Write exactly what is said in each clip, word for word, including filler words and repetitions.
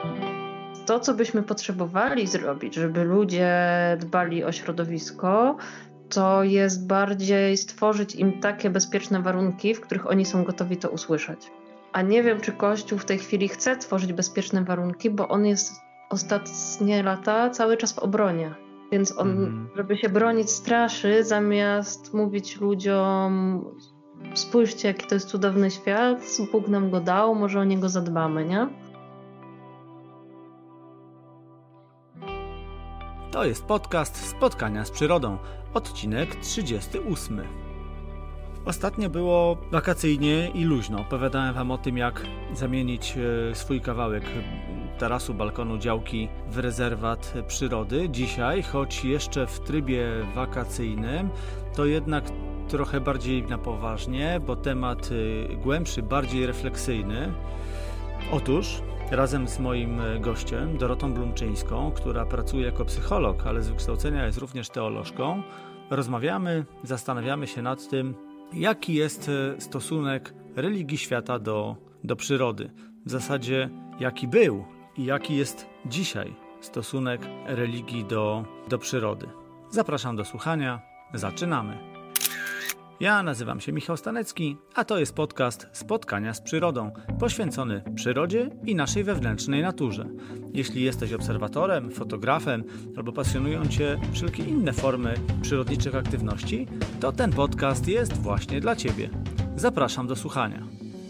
To, co byśmy potrzebowali zrobić, żeby ludzie dbali o środowisko, to jest bardziej stworzyć im takie bezpieczne warunki, w których oni są gotowi to usłyszeć. A nie wiem, czy Kościół w tej chwili chce tworzyć bezpieczne warunki, bo on jest ostatnie lata cały czas w obronie. Więc on, mhm. żeby się bronić, straszy, zamiast mówić ludziom: spójrzcie, jaki to jest cudowny świat, Bóg nam go dał, może o niego zadbamy, nie? To jest podcast Spotkania z Przyrodą, odcinek trzydziesty ósmy. Ostatnio było wakacyjnie i luźno. Opowiadałem wam o tym, jak zamienić swój kawałek tarasu, balkonu, działki w rezerwat przyrody. Dzisiaj, choć jeszcze w trybie wakacyjnym, to jednak trochę bardziej na poważnie, bo temat głębszy, bardziej refleksyjny. Otóż razem z moim gościem, Dorotą Blumczyńską, która pracuje jako psycholog, ale z wykształcenia jest również teolożką, rozmawiamy, zastanawiamy się nad tym, jaki jest stosunek religii świata do, do przyrody. W zasadzie jaki był i jaki jest dzisiaj stosunek religii do, do przyrody. Zapraszam do słuchania. Zaczynamy. Ja nazywam się Michał Stanecki, a to jest podcast Spotkania z Przyrodą, poświęcony przyrodzie i naszej wewnętrznej naturze. Jeśli jesteś obserwatorem, fotografem albo pasjonują Cię wszelkie inne formy przyrodniczych aktywności, to ten podcast jest właśnie dla Ciebie. Zapraszam do słuchania.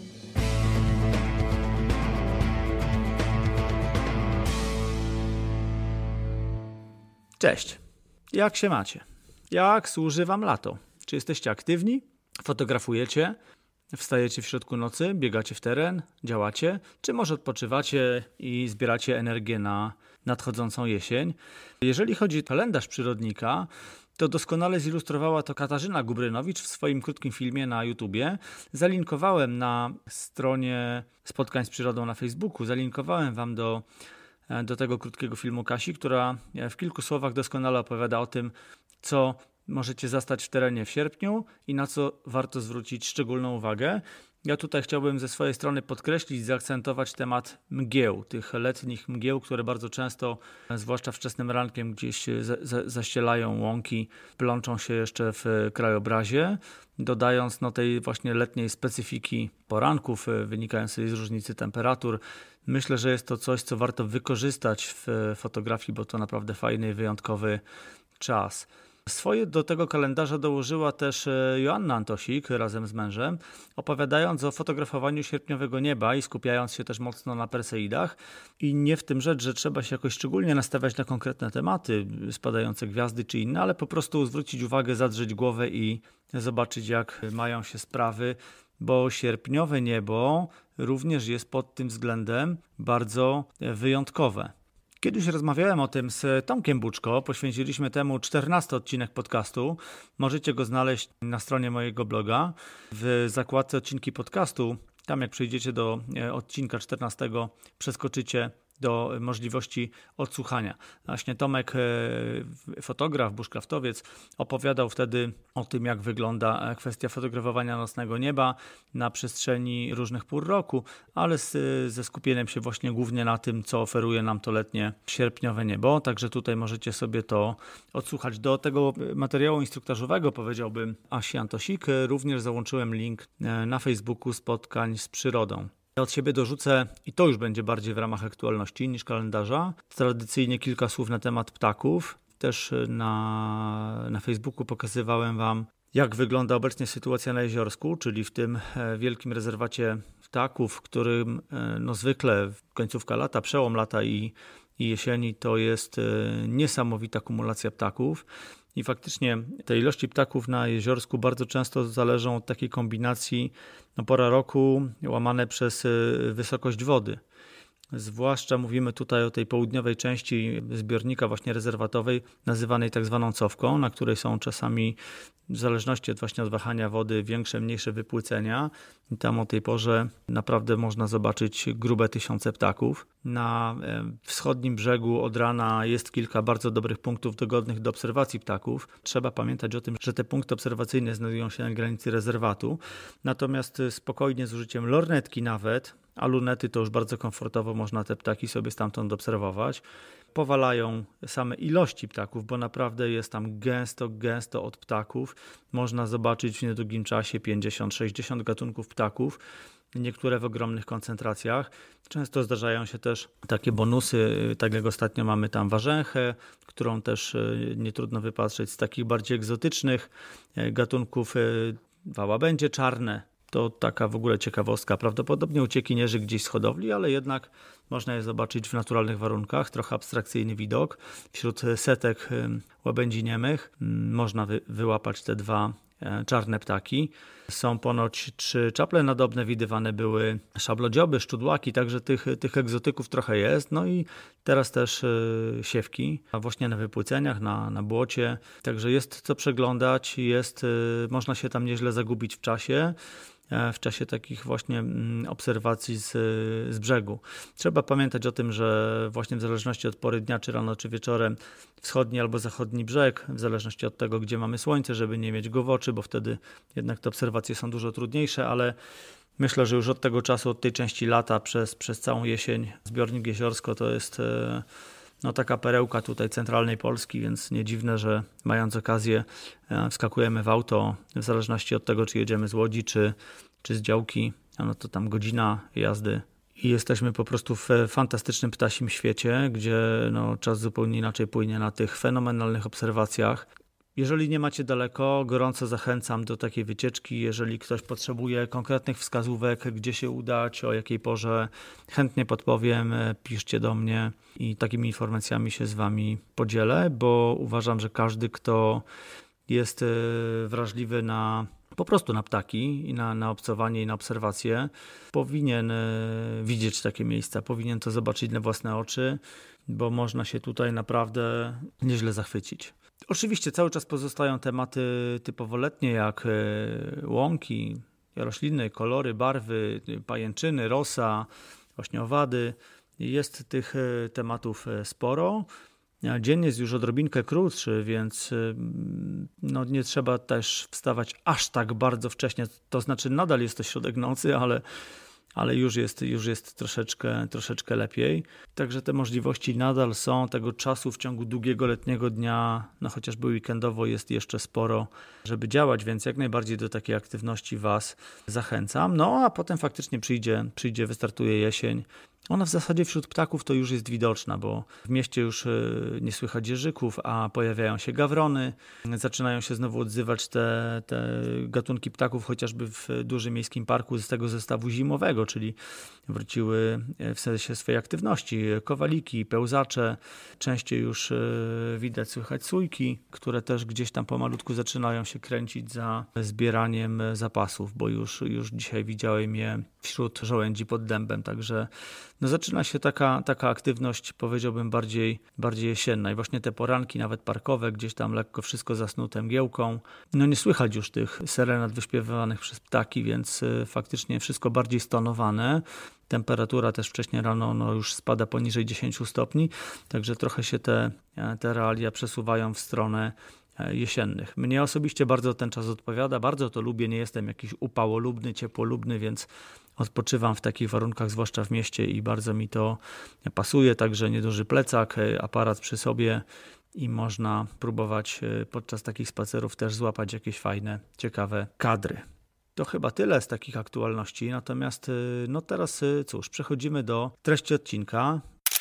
Cześć, jak się macie? Jak służy Wam lato? Czy jesteście aktywni? Fotografujecie? Wstajecie w środku nocy? Biegacie w teren? Działacie? Czy może odpoczywacie i zbieracie energię na nadchodzącą jesień? Jeżeli chodzi o kalendarz przyrodnika, to doskonale zilustrowała to Katarzyna Gubrynowicz w swoim krótkim filmie na YouTubie. Zalinkowałem na stronie Spotkań z Przyrodą na Facebooku. Zalinkowałem wam do, do tego krótkiego filmu Kasi, która w kilku słowach doskonale opowiada o tym, co możecie zastać w terenie w sierpniu i na co warto zwrócić szczególną uwagę. Ja tutaj chciałbym ze swojej strony podkreślić, zaakcentować temat mgieł, tych letnich mgieł, które bardzo często, zwłaszcza wczesnym rankiem, gdzieś za, za, zaścielają łąki, plączą się jeszcze w krajobrazie, dodając no, tej właśnie letniej specyfiki poranków wynikającej z różnicy temperatur. Myślę, że jest to coś, co warto wykorzystać w fotografii, bo to naprawdę fajny i wyjątkowy czas. Swoje do tego kalendarza dołożyła też Joanna Antosik razem z mężem, opowiadając o fotografowaniu sierpniowego nieba i skupiając się też mocno na Perseidach. I nie w tym rzecz, że trzeba się jakoś szczególnie nastawiać na konkretne tematy, spadające gwiazdy czy inne, ale po prostu zwrócić uwagę, zadrzeć głowę i zobaczyć, jak mają się sprawy, bo sierpniowe niebo również jest pod tym względem bardzo wyjątkowe. Kiedyś rozmawiałem o tym z Tomkiem Buczko, poświęciliśmy temu czternasty odcinek podcastu. Możecie go znaleźć na stronie mojego bloga w zakładce odcinki podcastu. Tam jak przejdziecie do odcinka czternastego, przeskoczycie do możliwości odsłuchania. Właśnie Tomek, fotograf, bushcraftowiec, opowiadał wtedy o tym, jak wygląda kwestia fotografowania nocnego nieba na przestrzeni różnych pór roku, ale z, ze skupieniem się właśnie głównie na tym, co oferuje nam to letnie sierpniowe niebo. Także tutaj możecie sobie to odsłuchać. Do tego materiału instruktażowego, powiedziałbym, Asi Antosik, również załączyłem link na Facebooku Spotkań z Przyrodą. Ja od siebie dorzucę, i to już będzie bardziej w ramach aktualności niż kalendarza, tradycyjnie kilka słów na temat ptaków. Też na, na Facebooku pokazywałem wam, jak wygląda obecnie sytuacja na Jeziorsku, czyli w tym wielkim rezerwacie ptaków, w którym no, zwykle końcówka lata, przełom lata i, i jesieni to jest niesamowita kumulacja ptaków. I faktycznie te ilości ptaków na Jeziorsku bardzo często zależą od takiej kombinacji no, pora roku łamane przez wysokość wody. Zwłaszcza mówimy tutaj o tej południowej części zbiornika właśnie rezerwatowej, nazywanej tak zwaną cofką, na której są czasami w zależności od właśnie od wahania wody większe, mniejsze wypłycenia. I tam o tej porze naprawdę można zobaczyć grube tysiące ptaków. Na wschodnim brzegu od rana jest kilka bardzo dobrych punktów dogodnych do obserwacji ptaków. Trzeba pamiętać o tym, że te punkty obserwacyjne znajdują się na granicy rezerwatu. Natomiast spokojnie z użyciem lornetki nawet a lunety to już bardzo komfortowo można te ptaki sobie stamtąd obserwować. Powalają same ilości ptaków, bo naprawdę jest tam gęsto, gęsto od ptaków. Można zobaczyć w niedługim czasie pięćdziesiąt sześćdziesiąt gatunków ptaków, niektóre w ogromnych koncentracjach. Często zdarzają się też takie bonusy, tak jak ostatnio mamy tam warzęchę, którą też nie trudno wypatrzeć z takich bardziej egzotycznych gatunków. Wałabędzie czarne. To taka w ogóle ciekawostka. Prawdopodobnie uciekinierzy gdzieś z hodowli, ale jednak można je zobaczyć w naturalnych warunkach. Trochę abstrakcyjny widok. Wśród setek łabędzi niemych można wy, wyłapać te dwa czarne ptaki. Są ponoć trzy czaple nadobne, widywane były szablodzioby, szczudłaki, także tych, tych egzotyków trochę jest. No i teraz też siewki, właśnie na wypłyceniach, na, na błocie. Także jest co przeglądać, jest, można się tam nieźle zagubić w czasie. W czasie takich właśnie obserwacji z, z brzegu. Trzeba pamiętać o tym, że właśnie w zależności od pory dnia, czy rano, czy wieczorem, wschodni albo zachodni brzeg, w zależności od tego, gdzie mamy słońce, żeby nie mieć go w oczy, bo wtedy jednak te obserwacje są dużo trudniejsze, ale myślę, że już od tego czasu, od tej części lata przez, przez całą jesień zbiornik Jeziorsko to jest no, taka perełka tutaj centralnej Polski, więc nie dziwne, że mając okazję wskakujemy w auto, w zależności od tego, czy jedziemy z Łodzi, czy, czy z działki, no to tam godzina jazdy i jesteśmy po prostu w fantastycznym ptasim świecie, gdzie no, czas zupełnie inaczej płynie na tych fenomenalnych obserwacjach. Jeżeli nie macie daleko, gorąco zachęcam do takiej wycieczki. Jeżeli ktoś potrzebuje konkretnych wskazówek, gdzie się udać, o jakiej porze, chętnie podpowiem, piszcie do mnie i takimi informacjami się z wami podzielę, bo uważam, że każdy, kto jest wrażliwy na po prostu na ptaki i na, na obcowanie i na obserwacje, powinien widzieć takie miejsca, powinien to zobaczyć na własne oczy, bo można się tutaj naprawdę nieźle zachwycić. Oczywiście cały czas pozostają tematy typowo letnie, jak łąki, rośliny, kolory, barwy, pajęczyny, rosa, właśnie owady. Jest tych tematów sporo. Dzień jest już odrobinkę krótszy, więc no nie trzeba też wstawać aż tak bardzo wcześnie. To znaczy nadal jest to środek nocy, ale, ale już jest, już jest troszeczkę, troszeczkę lepiej. Także te możliwości nadal są. Tego czasu w ciągu długiego letniego dnia, no chociażby weekendowo, jest jeszcze sporo, żeby działać, więc jak najbardziej do takiej aktywności was zachęcam. No a potem faktycznie przyjdzie, przyjdzie, wystartuje jesień. Ona w zasadzie wśród ptaków to już jest widoczna, bo w mieście już nie słychać jeżyków, a pojawiają się gawrony. Zaczynają się znowu odzywać te, te gatunki ptaków, chociażby w dużym miejskim parku z tego zestawu zimowego, czyli wróciły w sensie swojej aktywności. Kowaliki, pełzacze, częściej już widać, słychać sójki, które też gdzieś tam pomalutku zaczynają się kręcić za zbieraniem zapasów, bo już, już dzisiaj widziałem je wśród żołędzi pod dębem, także no zaczyna się taka, taka aktywność, powiedziałbym, bardziej, bardziej jesienna. I właśnie te poranki, nawet parkowe, gdzieś tam lekko wszystko zasnute mgiełką. No nie słychać już tych serenad wyśpiewywanych przez ptaki, więc faktycznie wszystko bardziej stonowane. Temperatura też wcześniej rano no już spada poniżej dziesięć stopni, także trochę się te, te realia przesuwają w stronę jesiennych. Mnie osobiście bardzo ten czas odpowiada, bardzo to lubię, nie jestem jakiś upałolubny, ciepłolubny, więc odpoczywam w takich warunkach, zwłaszcza w mieście i bardzo mi to pasuje, także nieduży plecak, aparat przy sobie i można próbować podczas takich spacerów też złapać jakieś fajne, ciekawe kadry. To chyba tyle z takich aktualności, natomiast no teraz cóż, przechodzimy do treści odcinka.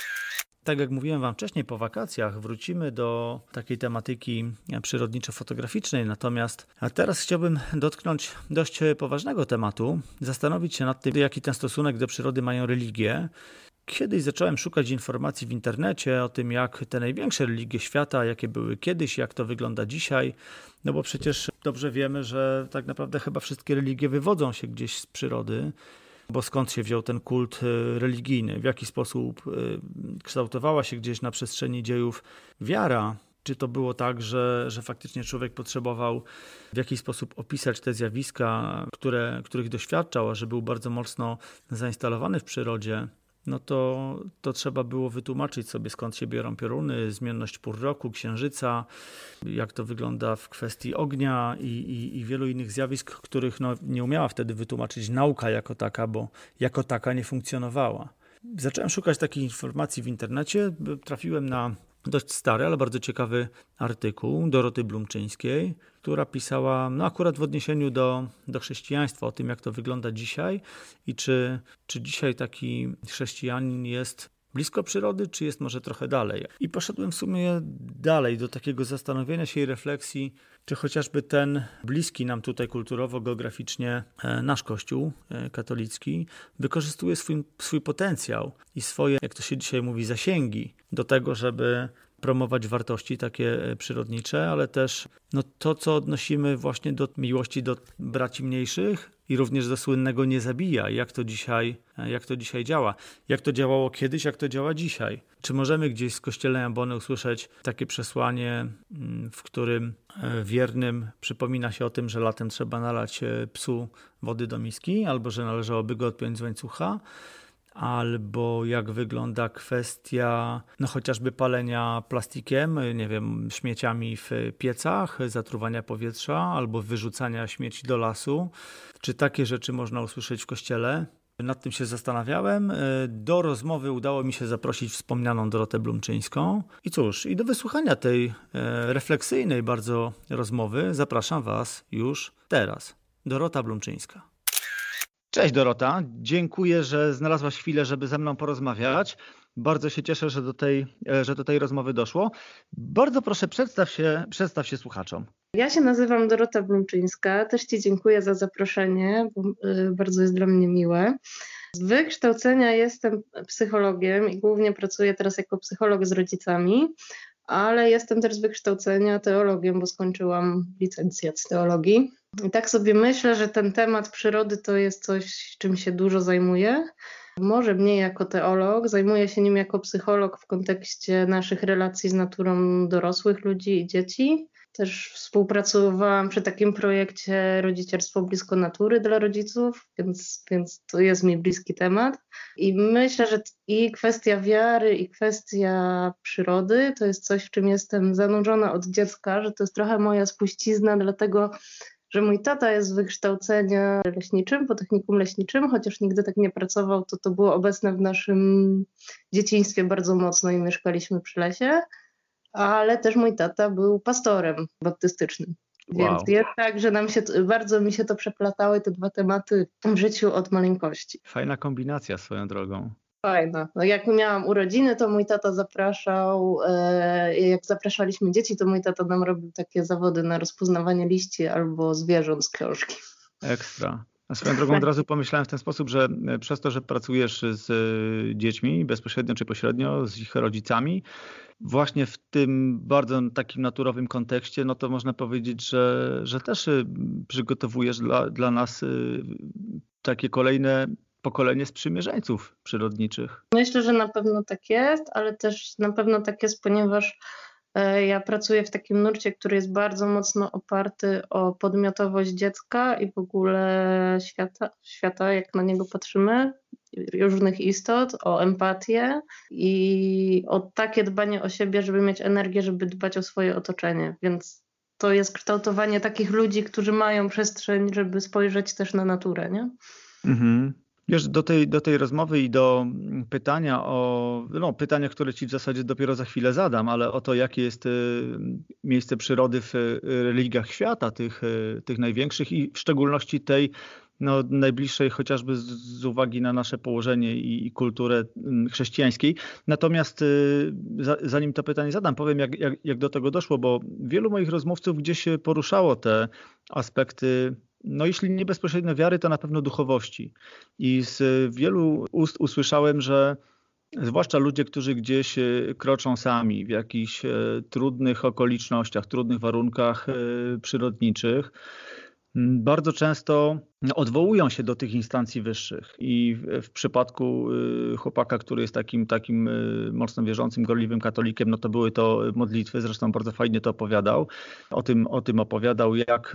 Tak jak mówiłem wam wcześniej, po wakacjach wrócimy do takiej tematyki przyrodniczo-fotograficznej, natomiast teraz chciałbym dotknąć dość poważnego tematu, zastanowić się nad tym, jaki ten stosunek do przyrody mają religie. Kiedyś zacząłem szukać informacji w internecie o tym, jak te największe religie świata, jakie były kiedyś, jak to wygląda dzisiaj, no bo przecież dobrze wiemy, że tak naprawdę chyba wszystkie religie wywodzą się gdzieś z przyrody. Bo skąd się wziął ten kult religijny, w jaki sposób kształtowała się gdzieś na przestrzeni dziejów wiara. Czy to było tak, że, że faktycznie człowiek potrzebował w jakiś sposób opisać te zjawiska, które, których doświadczał, a że był bardzo mocno zainstalowany w przyrodzie. no to, to trzeba było wytłumaczyć sobie, skąd się biorą pioruny, zmienność pór roku, księżyca, jak to wygląda w kwestii ognia i, i, i wielu innych zjawisk, których no, nie umiała wtedy wytłumaczyć nauka jako taka, bo jako taka nie funkcjonowała. Zacząłem szukać takich informacji w internecie, trafiłem na dość stary, ale bardzo ciekawy artykuł Doroty Blumczyńskiej, która pisała no akurat w odniesieniu do, do chrześcijaństwa, o tym, jak to wygląda dzisiaj i czy, czy dzisiaj taki chrześcijanin jest blisko przyrody, czy jest może trochę dalej. I poszedłem w sumie dalej do takiego zastanowienia się i refleksji, czy chociażby ten bliski nam tutaj kulturowo-geograficznie nasz Kościół katolicki wykorzystuje swój, swój potencjał i swoje, jak to się dzisiaj mówi, zasięgi do tego, żeby promować wartości takie przyrodnicze, ale też no, to, co odnosimy właśnie do miłości do braci mniejszych i również do słynnego nie zabijaj, jak to dzisiaj, jak to dzisiaj działa. Jak to działało kiedyś, jak to działa dzisiaj. Czy możemy gdzieś z kościoła Ambony usłyszeć takie przesłanie, w którym wiernym przypomina się o tym, że latem trzeba nalać psu wody do miski, albo że należałoby go odpiąć z łańcucha, albo jak wygląda kwestia no chociażby palenia plastikiem, nie wiem, śmieciami w piecach, zatruwania powietrza, albo wyrzucania śmieci do lasu. Czy takie rzeczy można usłyszeć w kościele? Nad tym się zastanawiałem. Do rozmowy udało mi się zaprosić wspomnianą Dorotę Blumczyńską. I cóż, i do wysłuchania tej refleksyjnej bardzo rozmowy zapraszam Was już teraz. Dorota Blumczyńska. Cześć Dorota, dziękuję, że znalazłaś chwilę, żeby ze mną porozmawiać. Bardzo się cieszę, że do tej, że do tej rozmowy doszło. Bardzo proszę, przedstaw się, przedstaw się słuchaczom. Ja się nazywam Dorota Blumczyńska, też Ci dziękuję za zaproszenie, bo bardzo jest dla mnie miłe. Z wykształcenia jestem psychologiem i głównie pracuję teraz jako psycholog z rodzicami, ale jestem też z wykształcenia teologiem, bo skończyłam licencjat z teologii. I tak sobie myślę, że ten temat przyrody to jest coś, czym się dużo zajmuję. Może mniej jako teolog, zajmuję się nim jako psycholog w kontekście naszych relacji z naturą dorosłych ludzi i dzieci. Też współpracowałam przy takim projekcie Rodzicielstwo blisko natury dla rodziców, więc, więc to jest mi bliski temat. I myślę, że i kwestia wiary, i kwestia przyrody to jest coś, w czym jestem zanurzona od dziecka, że to jest trochę moja spuścizna, dlatego że mój tata jest z wykształcenia leśniczym, po technikum leśniczym, chociaż nigdy tak nie pracował, to to było obecne w naszym dzieciństwie bardzo mocno i mieszkaliśmy przy lesie, ale też mój tata był pastorem baptystycznym. Wow. Więc jest tak, że nam się, bardzo mi się to przeplatały te dwa tematy w życiu od maleńkości. Fajna kombinacja swoją drogą. Fajna. No jak miałam urodziny, to mój tata zapraszał, e, jak zapraszaliśmy dzieci, to mój tata nam robił takie zawody na rozpoznawanie liści albo zwierząt z książki. Ekstra. A swoją drogą od razu pomyślałem w ten sposób, że przez to, że pracujesz z dziećmi bezpośrednio czy pośrednio, z ich rodzicami, właśnie w tym bardzo takim naturowym kontekście, no to można powiedzieć, że, że też przygotowujesz dla, dla nas takie kolejne pokolenie sprzymierzeńców przyrodniczych. Myślę, że na pewno tak jest, ale też na pewno tak jest, ponieważ ja pracuję w takim nurcie, który jest bardzo mocno oparty o podmiotowość dziecka i w ogóle świata, świata jak na niego patrzymy, różnych istot, o empatię i o takie dbanie o siebie, żeby mieć energię, żeby dbać o swoje otoczenie. Więc to jest kształtowanie takich ludzi, którzy mają przestrzeń, żeby spojrzeć też na naturę, nie? Mhm. Wiesz, do tej, do tej rozmowy i do pytania o, no pytania, które Ci w zasadzie dopiero za chwilę zadam, ale o to, jakie jest miejsce przyrody w religiach świata, tych, tych największych i w szczególności tej no, najbliższej chociażby z, z uwagi na nasze położenie i, i kulturę chrześcijańskiej. Natomiast za, zanim to pytanie zadam, powiem jak, jak, jak do tego doszło, bo wielu moich rozmówców gdzieś poruszało te aspekty, no jeśli nie bezpośrednio wiary, to na pewno duchowości. I z wielu ust usłyszałem, że zwłaszcza ludzie, którzy gdzieś kroczą sami w jakichś trudnych okolicznościach, trudnych warunkach przyrodniczych, bardzo często odwołują się do tych instancji wyższych i w, w przypadku chłopaka, który jest takim, takim mocno wierzącym, gorliwym katolikiem, no to były to modlitwy, zresztą bardzo fajnie to opowiadał. O tym, o tym opowiadał, jak,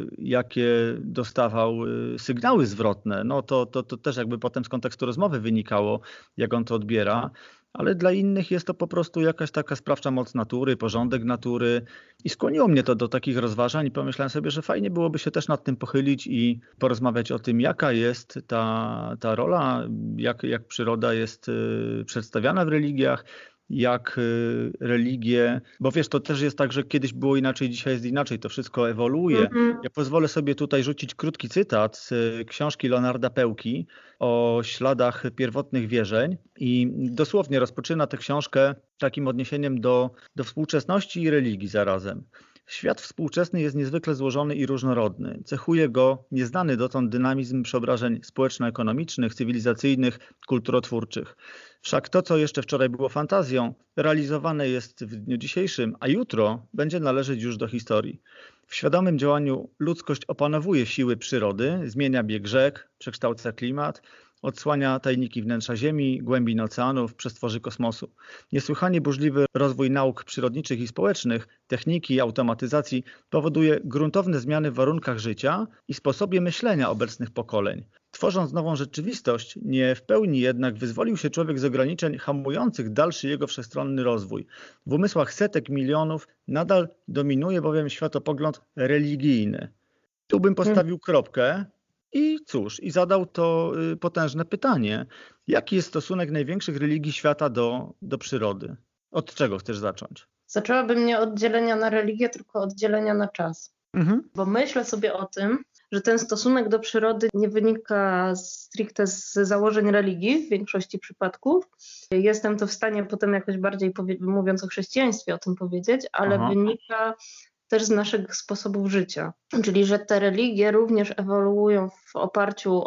jakie dostawał sygnały zwrotne. No to, to, to też jakby potem z kontekstu rozmowy wynikało, jak on to odbiera. Ale dla innych jest to po prostu jakaś taka sprawcza moc natury, porządek natury i skłoniło mnie to do takich rozważań i pomyślałem sobie, że fajnie byłoby się też nad tym pochylić i porozmawiać o tym, jaka jest ta, ta rola, jak, jak przyroda jest y, przedstawiana w religiach, jak y, religie, bo wiesz, to też jest tak, że kiedyś było inaczej, dzisiaj jest inaczej, to wszystko ewoluuje. Mm-hmm. Ja pozwolę sobie tutaj rzucić krótki cytat z y, książki Leonarda Pełki o śladach pierwotnych wierzeń i dosłownie rozpoczyna tę książkę takim odniesieniem do, do współczesności i religii zarazem. Świat współczesny jest niezwykle złożony i różnorodny. Cechuje go nieznany dotąd dynamizm przeobrażeń społeczno-ekonomicznych, cywilizacyjnych, kulturotwórczych. Wszak to, co jeszcze wczoraj było fantazją, realizowane jest w dniu dzisiejszym, a jutro będzie należeć już do historii. W świadomym działaniu ludzkość opanowuje siły przyrody, zmienia bieg rzek, przekształca klimat, odsłania tajniki wnętrza Ziemi, głębin oceanów, przestworzy kosmosu. Niesłychanie burzliwy rozwój nauk przyrodniczych i społecznych, techniki i automatyzacji powoduje gruntowne zmiany w warunkach życia i sposobie myślenia obecnych pokoleń. Tworząc nową rzeczywistość, nie w pełni jednak wyzwolił się człowiek z ograniczeń hamujących dalszy jego wszechstronny rozwój. W umysłach setek milionów nadal dominuje bowiem światopogląd religijny. Tu bym postawił kropkę. I cóż, i zadał to potężne pytanie. Jaki jest stosunek największych religii świata do, do przyrody? Od czego chcesz zacząć? Zaczęłabym nie od dzielenia na religię, tylko od dzielenia na czas. Mhm. Bo myślę sobie o tym, że ten stosunek do przyrody nie wynika stricte z założeń religii w większości przypadków. Jestem to w stanie potem jakoś bardziej, mówiąc o chrześcijaństwie, o tym powiedzieć, ale Aha. wynika też z naszych sposobów życia. Czyli, że te religie również ewoluują w oparciu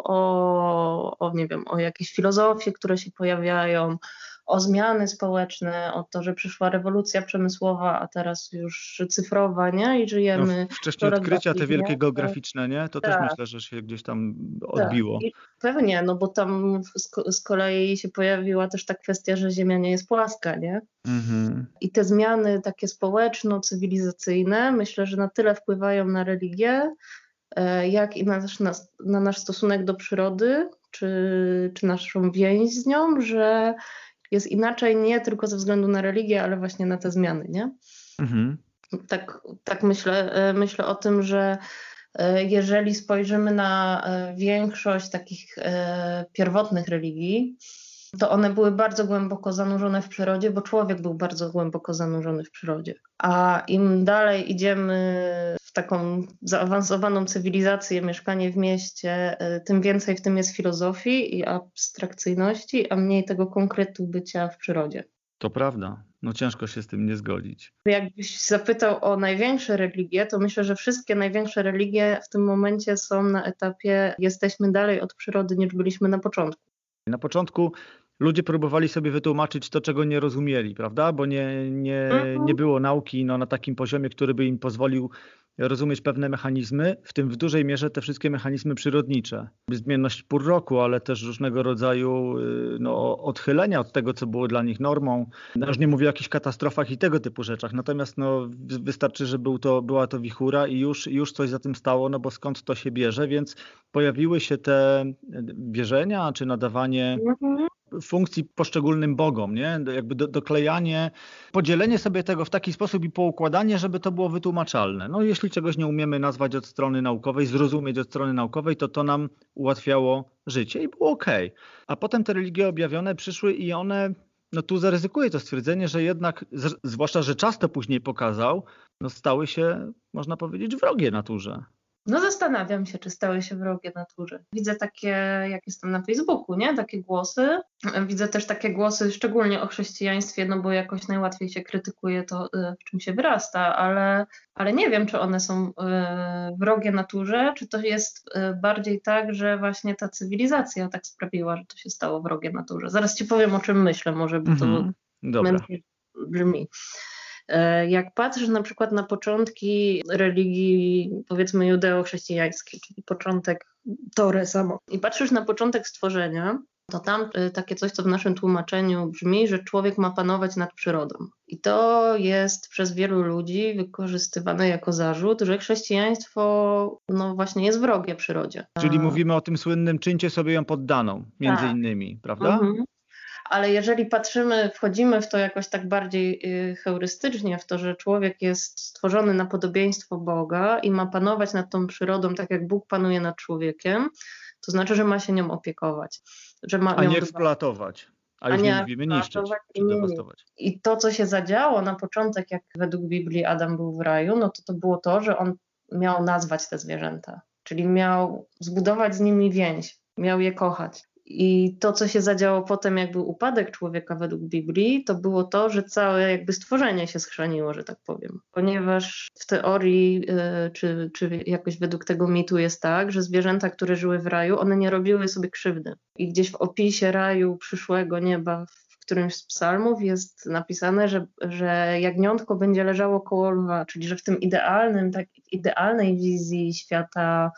o, o, nie wiem, o jakieś filozofie, które się pojawiają, o zmiany społeczne, o to, że przyszła rewolucja przemysłowa, a teraz już cyfrowa, nie? I żyjemy... No, wcześniej odkrycia te wielkie geograficzne, nie? To tak. Też myślę, że się gdzieś tam odbiło. Tak. I pewnie, no bo tam z, z kolei się pojawiła też ta kwestia, że Ziemia nie jest płaska, nie? Mhm. I te zmiany takie społeczno-cywilizacyjne, myślę, że na tyle wpływają na religię, jak i na nasz, na, na nasz stosunek do przyrody, czy, czy naszą więź z nią, że jest inaczej nie tylko ze względu na religię, ale właśnie na te zmiany, nie? Mhm. Tak, tak myślę, myślę o tym, że jeżeli spojrzymy na większość takich pierwotnych religii, to one były bardzo głęboko zanurzone w przyrodzie, bo człowiek był bardzo głęboko zanurzony w przyrodzie. A im dalej idziemy w taką zaawansowaną cywilizację, mieszkanie w mieście, tym więcej w tym jest filozofii i abstrakcyjności, a mniej tego konkretu bycia w przyrodzie. To prawda. No ciężko się z tym nie zgodzić. Jakbyś zapytał o największe religie, to myślę, że wszystkie największe religie w tym momencie są na etapie jesteśmy dalej od przyrody niż byliśmy na początku. Na początku ludzie próbowali sobie wytłumaczyć to, czego nie rozumieli, prawda? Bo nie, nie, nie było nauki no, na takim poziomie, który by im pozwolił rozumieć pewne mechanizmy, w tym w dużej mierze te wszystkie mechanizmy przyrodnicze. Zmienność pór roku, ale też różnego rodzaju no, odchylenia od tego, co było dla nich normą. Ja już nie mówię o jakichś katastrofach i tego typu rzeczach, natomiast no, wystarczy, że był to, była to wichura i już, już coś za tym stało, no bo skąd to się bierze, więc pojawiły się te wierzenia czy nadawanie funkcji poszczególnym bogom, nie? Jakby do, doklejanie, podzielenie sobie tego w taki sposób i poukładanie, żeby to było wytłumaczalne. No jeśli czegoś nie umiemy nazwać od strony naukowej, zrozumieć od strony naukowej, to to nam ułatwiało życie i było okej. Okay. A potem te religie objawione przyszły i one, no tu zaryzykuję to stwierdzenie, że jednak, z, zwłaszcza, że czas to później pokazał, no stały się, można powiedzieć, wrogie naturze. No zastanawiam się, czy stały się wrogie naturze. Widzę takie, jak jestem na Facebooku, nie? Takie głosy. Widzę też takie głosy, szczególnie o chrześcijaństwie, no bo jakoś najłatwiej się krytykuje to, w czym się wyrasta, ale, ale nie wiem, czy one są wrogie naturze, czy to jest bardziej tak, że właśnie ta cywilizacja tak sprawiła, że to się stało wrogie naturze. Zaraz ci powiem, o czym myślę, może, bo to mhm. Dobra. brzmi. Jak patrzysz na przykład na początki religii, powiedzmy judeo-chrześcijańskiej, czyli początek Tory samo, i patrzysz na początek stworzenia, to tam takie coś, co w naszym tłumaczeniu brzmi, że człowiek ma panować nad przyrodą. I to jest przez wielu ludzi wykorzystywane jako zarzut, że chrześcijaństwo no właśnie jest wrogie przyrodzie. Czyli mówimy o tym słynnym czyńcie sobie ją poddaną, między tak. innymi, prawda? Mhm. Ale jeżeli patrzymy, wchodzimy w to jakoś tak bardziej heurystycznie, w to, że człowiek jest stworzony na podobieństwo Boga i ma panować nad tą przyrodą tak, jak Bóg panuje nad człowiekiem, to znaczy, że ma się nią opiekować. Że ma A ją nie dbać. eksploatować. A już A nie nie mówimy niszczyć czy dewastować. I to, co się zadziało na początek, jak według Biblii Adam był w raju, no to to było to, że on miał nazwać te zwierzęta. Czyli miał zbudować z nimi więź, miał je kochać. I to, co się zadziało potem, jak był upadek człowieka według Biblii, to było to, że całe jakby stworzenie się schrzaniło, że tak powiem. Ponieważ w teorii, yy, czy, czy jakoś według tego mitu jest tak, że zwierzęta, które żyły w raju, one nie robiły sobie krzywdy. I gdzieś w opisie raju, przyszłego nieba, w którymś z psalmów jest napisane, że, że jagniątko będzie leżało koło lwa, czyli że w tym idealnym, tak, idealnej wizji świata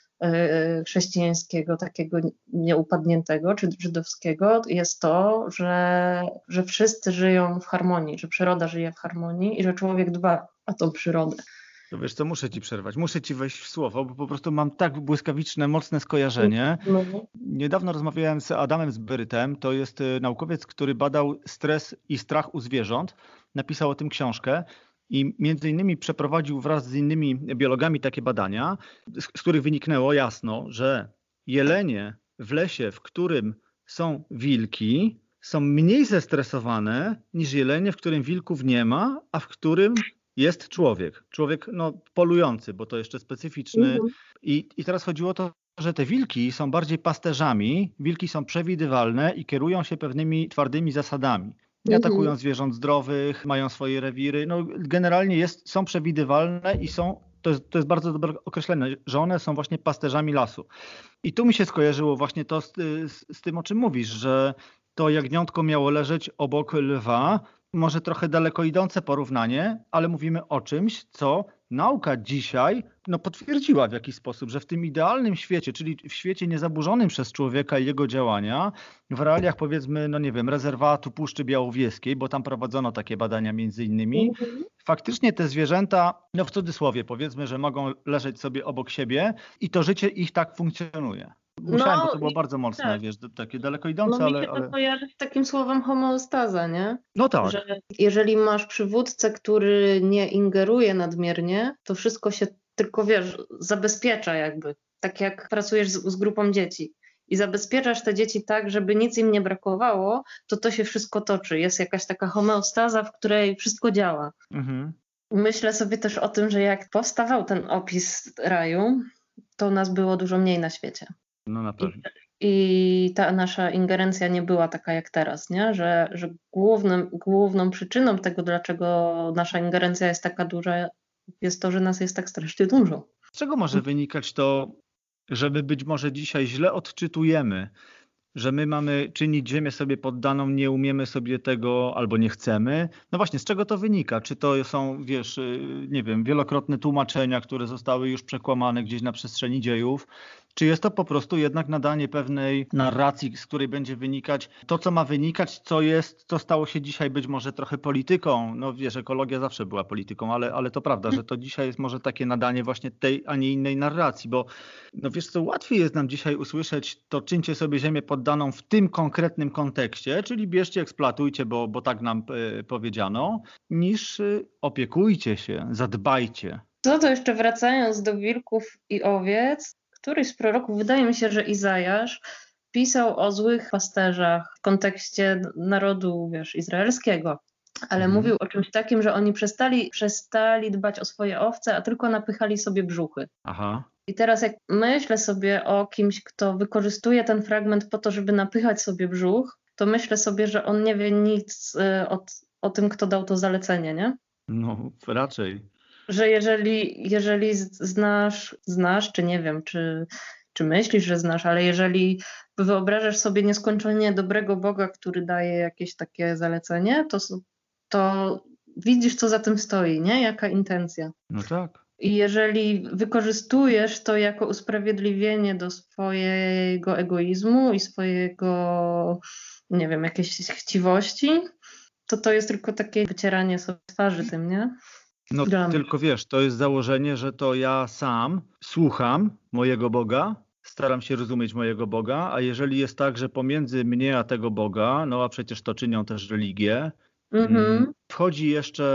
chrześcijańskiego, takiego nieupadniętego czy żydowskiego, jest to, że, że wszyscy żyją w harmonii, że przyroda żyje w harmonii i że człowiek dba o tą przyrodę. To wiesz co, muszę ci przerwać, muszę ci wejść w słowo, bo po prostu mam tak błyskawiczne, mocne skojarzenie. Mhm. Niedawno rozmawiałem z Adamem Zbyrytem, to jest naukowiec, który badał stres i strach u zwierząt, napisał o tym książkę. I między innymi przeprowadził wraz z innymi biologami takie badania, z których wyniknęło jasno, że jelenie w lesie, w którym są wilki, są mniej zestresowane niż jelenie, w którym wilków nie ma, a w którym jest człowiek. Człowiek no, polujący, bo to jeszcze specyficzny. Mhm. I, I teraz chodziło o to, że te wilki są bardziej pasterzami, wilki są przewidywalne i kierują się pewnymi twardymi zasadami. Nie atakują zwierząt zdrowych, mają swoje rewiry. No, generalnie jest, są przewidywalne i są, to jest, to jest bardzo dobre określenie, że one są właśnie pasterzami lasu. I tu mi się skojarzyło właśnie to z, z, z tym, o czym mówisz, że to jagniątko miało leżeć obok lwa. Może trochę daleko idące porównanie, ale mówimy o czymś, co nauka dzisiaj no, potwierdziła w jakiś sposób, że w tym idealnym świecie, czyli w świecie niezaburzonym przez człowieka i jego działania, w realiach powiedzmy, no nie wiem, rezerwatu Puszczy Białowieskiej, bo tam prowadzono takie badania między innymi, mm-hmm. faktycznie te zwierzęta, no w cudzysłowie powiedzmy, że mogą leżeć sobie obok siebie i to życie ich tak funkcjonuje. Musiałem, no, bo to było bardzo mocne, tak. Wiesz, takie daleko idące, no, ale... mi się to ale... kojarzy z takim słowem homeostaza, nie? No tak. Że jeżeli masz przywódcę, który nie ingeruje nadmiernie, to wszystko się tylko, wiesz, zabezpiecza jakby. Tak jak pracujesz z, z grupą dzieci i zabezpieczasz te dzieci tak, żeby nic im nie brakowało, to to się wszystko toczy. Jest jakaś taka homeostaza, w której wszystko działa. Mhm. Myślę sobie też o tym, że jak powstawał ten opis raju, to nas było dużo mniej na świecie. No na pewno. I, I ta nasza ingerencja nie była taka jak teraz, nie? Że, że głównym, główną przyczyną tego, dlaczego nasza ingerencja jest taka duża, jest to, że nas jest tak strasznie dużo. Z czego może wynikać to, że my być może dzisiaj źle odczytujemy, że my mamy czynić ziemię sobie poddaną, nie umiemy sobie tego albo nie chcemy? No właśnie, z czego to wynika? Czy to są, wiesz, nie wiem, wielokrotne tłumaczenia, które zostały już przekłamane gdzieś na przestrzeni dziejów? Czy jest to po prostu jednak nadanie pewnej narracji, z której będzie wynikać to, co ma wynikać, co jest, co stało się dzisiaj być może trochę polityką? No wiesz, ekologia zawsze była polityką, ale, ale to prawda, że to dzisiaj jest może takie nadanie właśnie tej, a nie innej narracji, bo no wiesz co, łatwiej jest nam dzisiaj usłyszeć to czyńcie sobie ziemię poddaną w tym konkretnym kontekście, czyli bierzcie, eksploatujcie, bo, bo tak nam y, powiedziano, niż y, opiekujcie się, zadbajcie. No to jeszcze wracając do wilków i owiec, któryś z proroków, wydaje mi się, że Izajasz, pisał o złych pasterzach w kontekście narodu, wiesz, izraelskiego, ale mm. mówił o czymś takim, że oni przestali, przestali dbać o swoje owce, a tylko napychali sobie brzuchy. Aha. I teraz jak myślę sobie o kimś, kto wykorzystuje ten fragment po to, żeby napychać sobie brzuch, to myślę sobie, że on nie wie nic o, o tym, kto dał to zalecenie, nie? No, raczej. Że jeżeli, jeżeli znasz, znasz, czy nie wiem, czy, czy myślisz, że znasz, ale jeżeli wyobrażasz sobie nieskończenie dobrego Boga, który daje jakieś takie zalecenie, to, to widzisz, co za tym stoi, nie? Jaka intencja. No tak. I jeżeli wykorzystujesz to jako usprawiedliwienie do swojego egoizmu i swojego, nie wiem, jakiejś chciwości, to to jest tylko takie wycieranie sobie twarzy tym, nie? No Dla mnie. tylko wiesz, to jest założenie, że to ja sam słucham mojego Boga, staram się rozumieć mojego Boga, a jeżeli jest tak, że pomiędzy mnie a tego Boga, no a przecież to czynią też religie, Mhm. wchodzi jeszcze,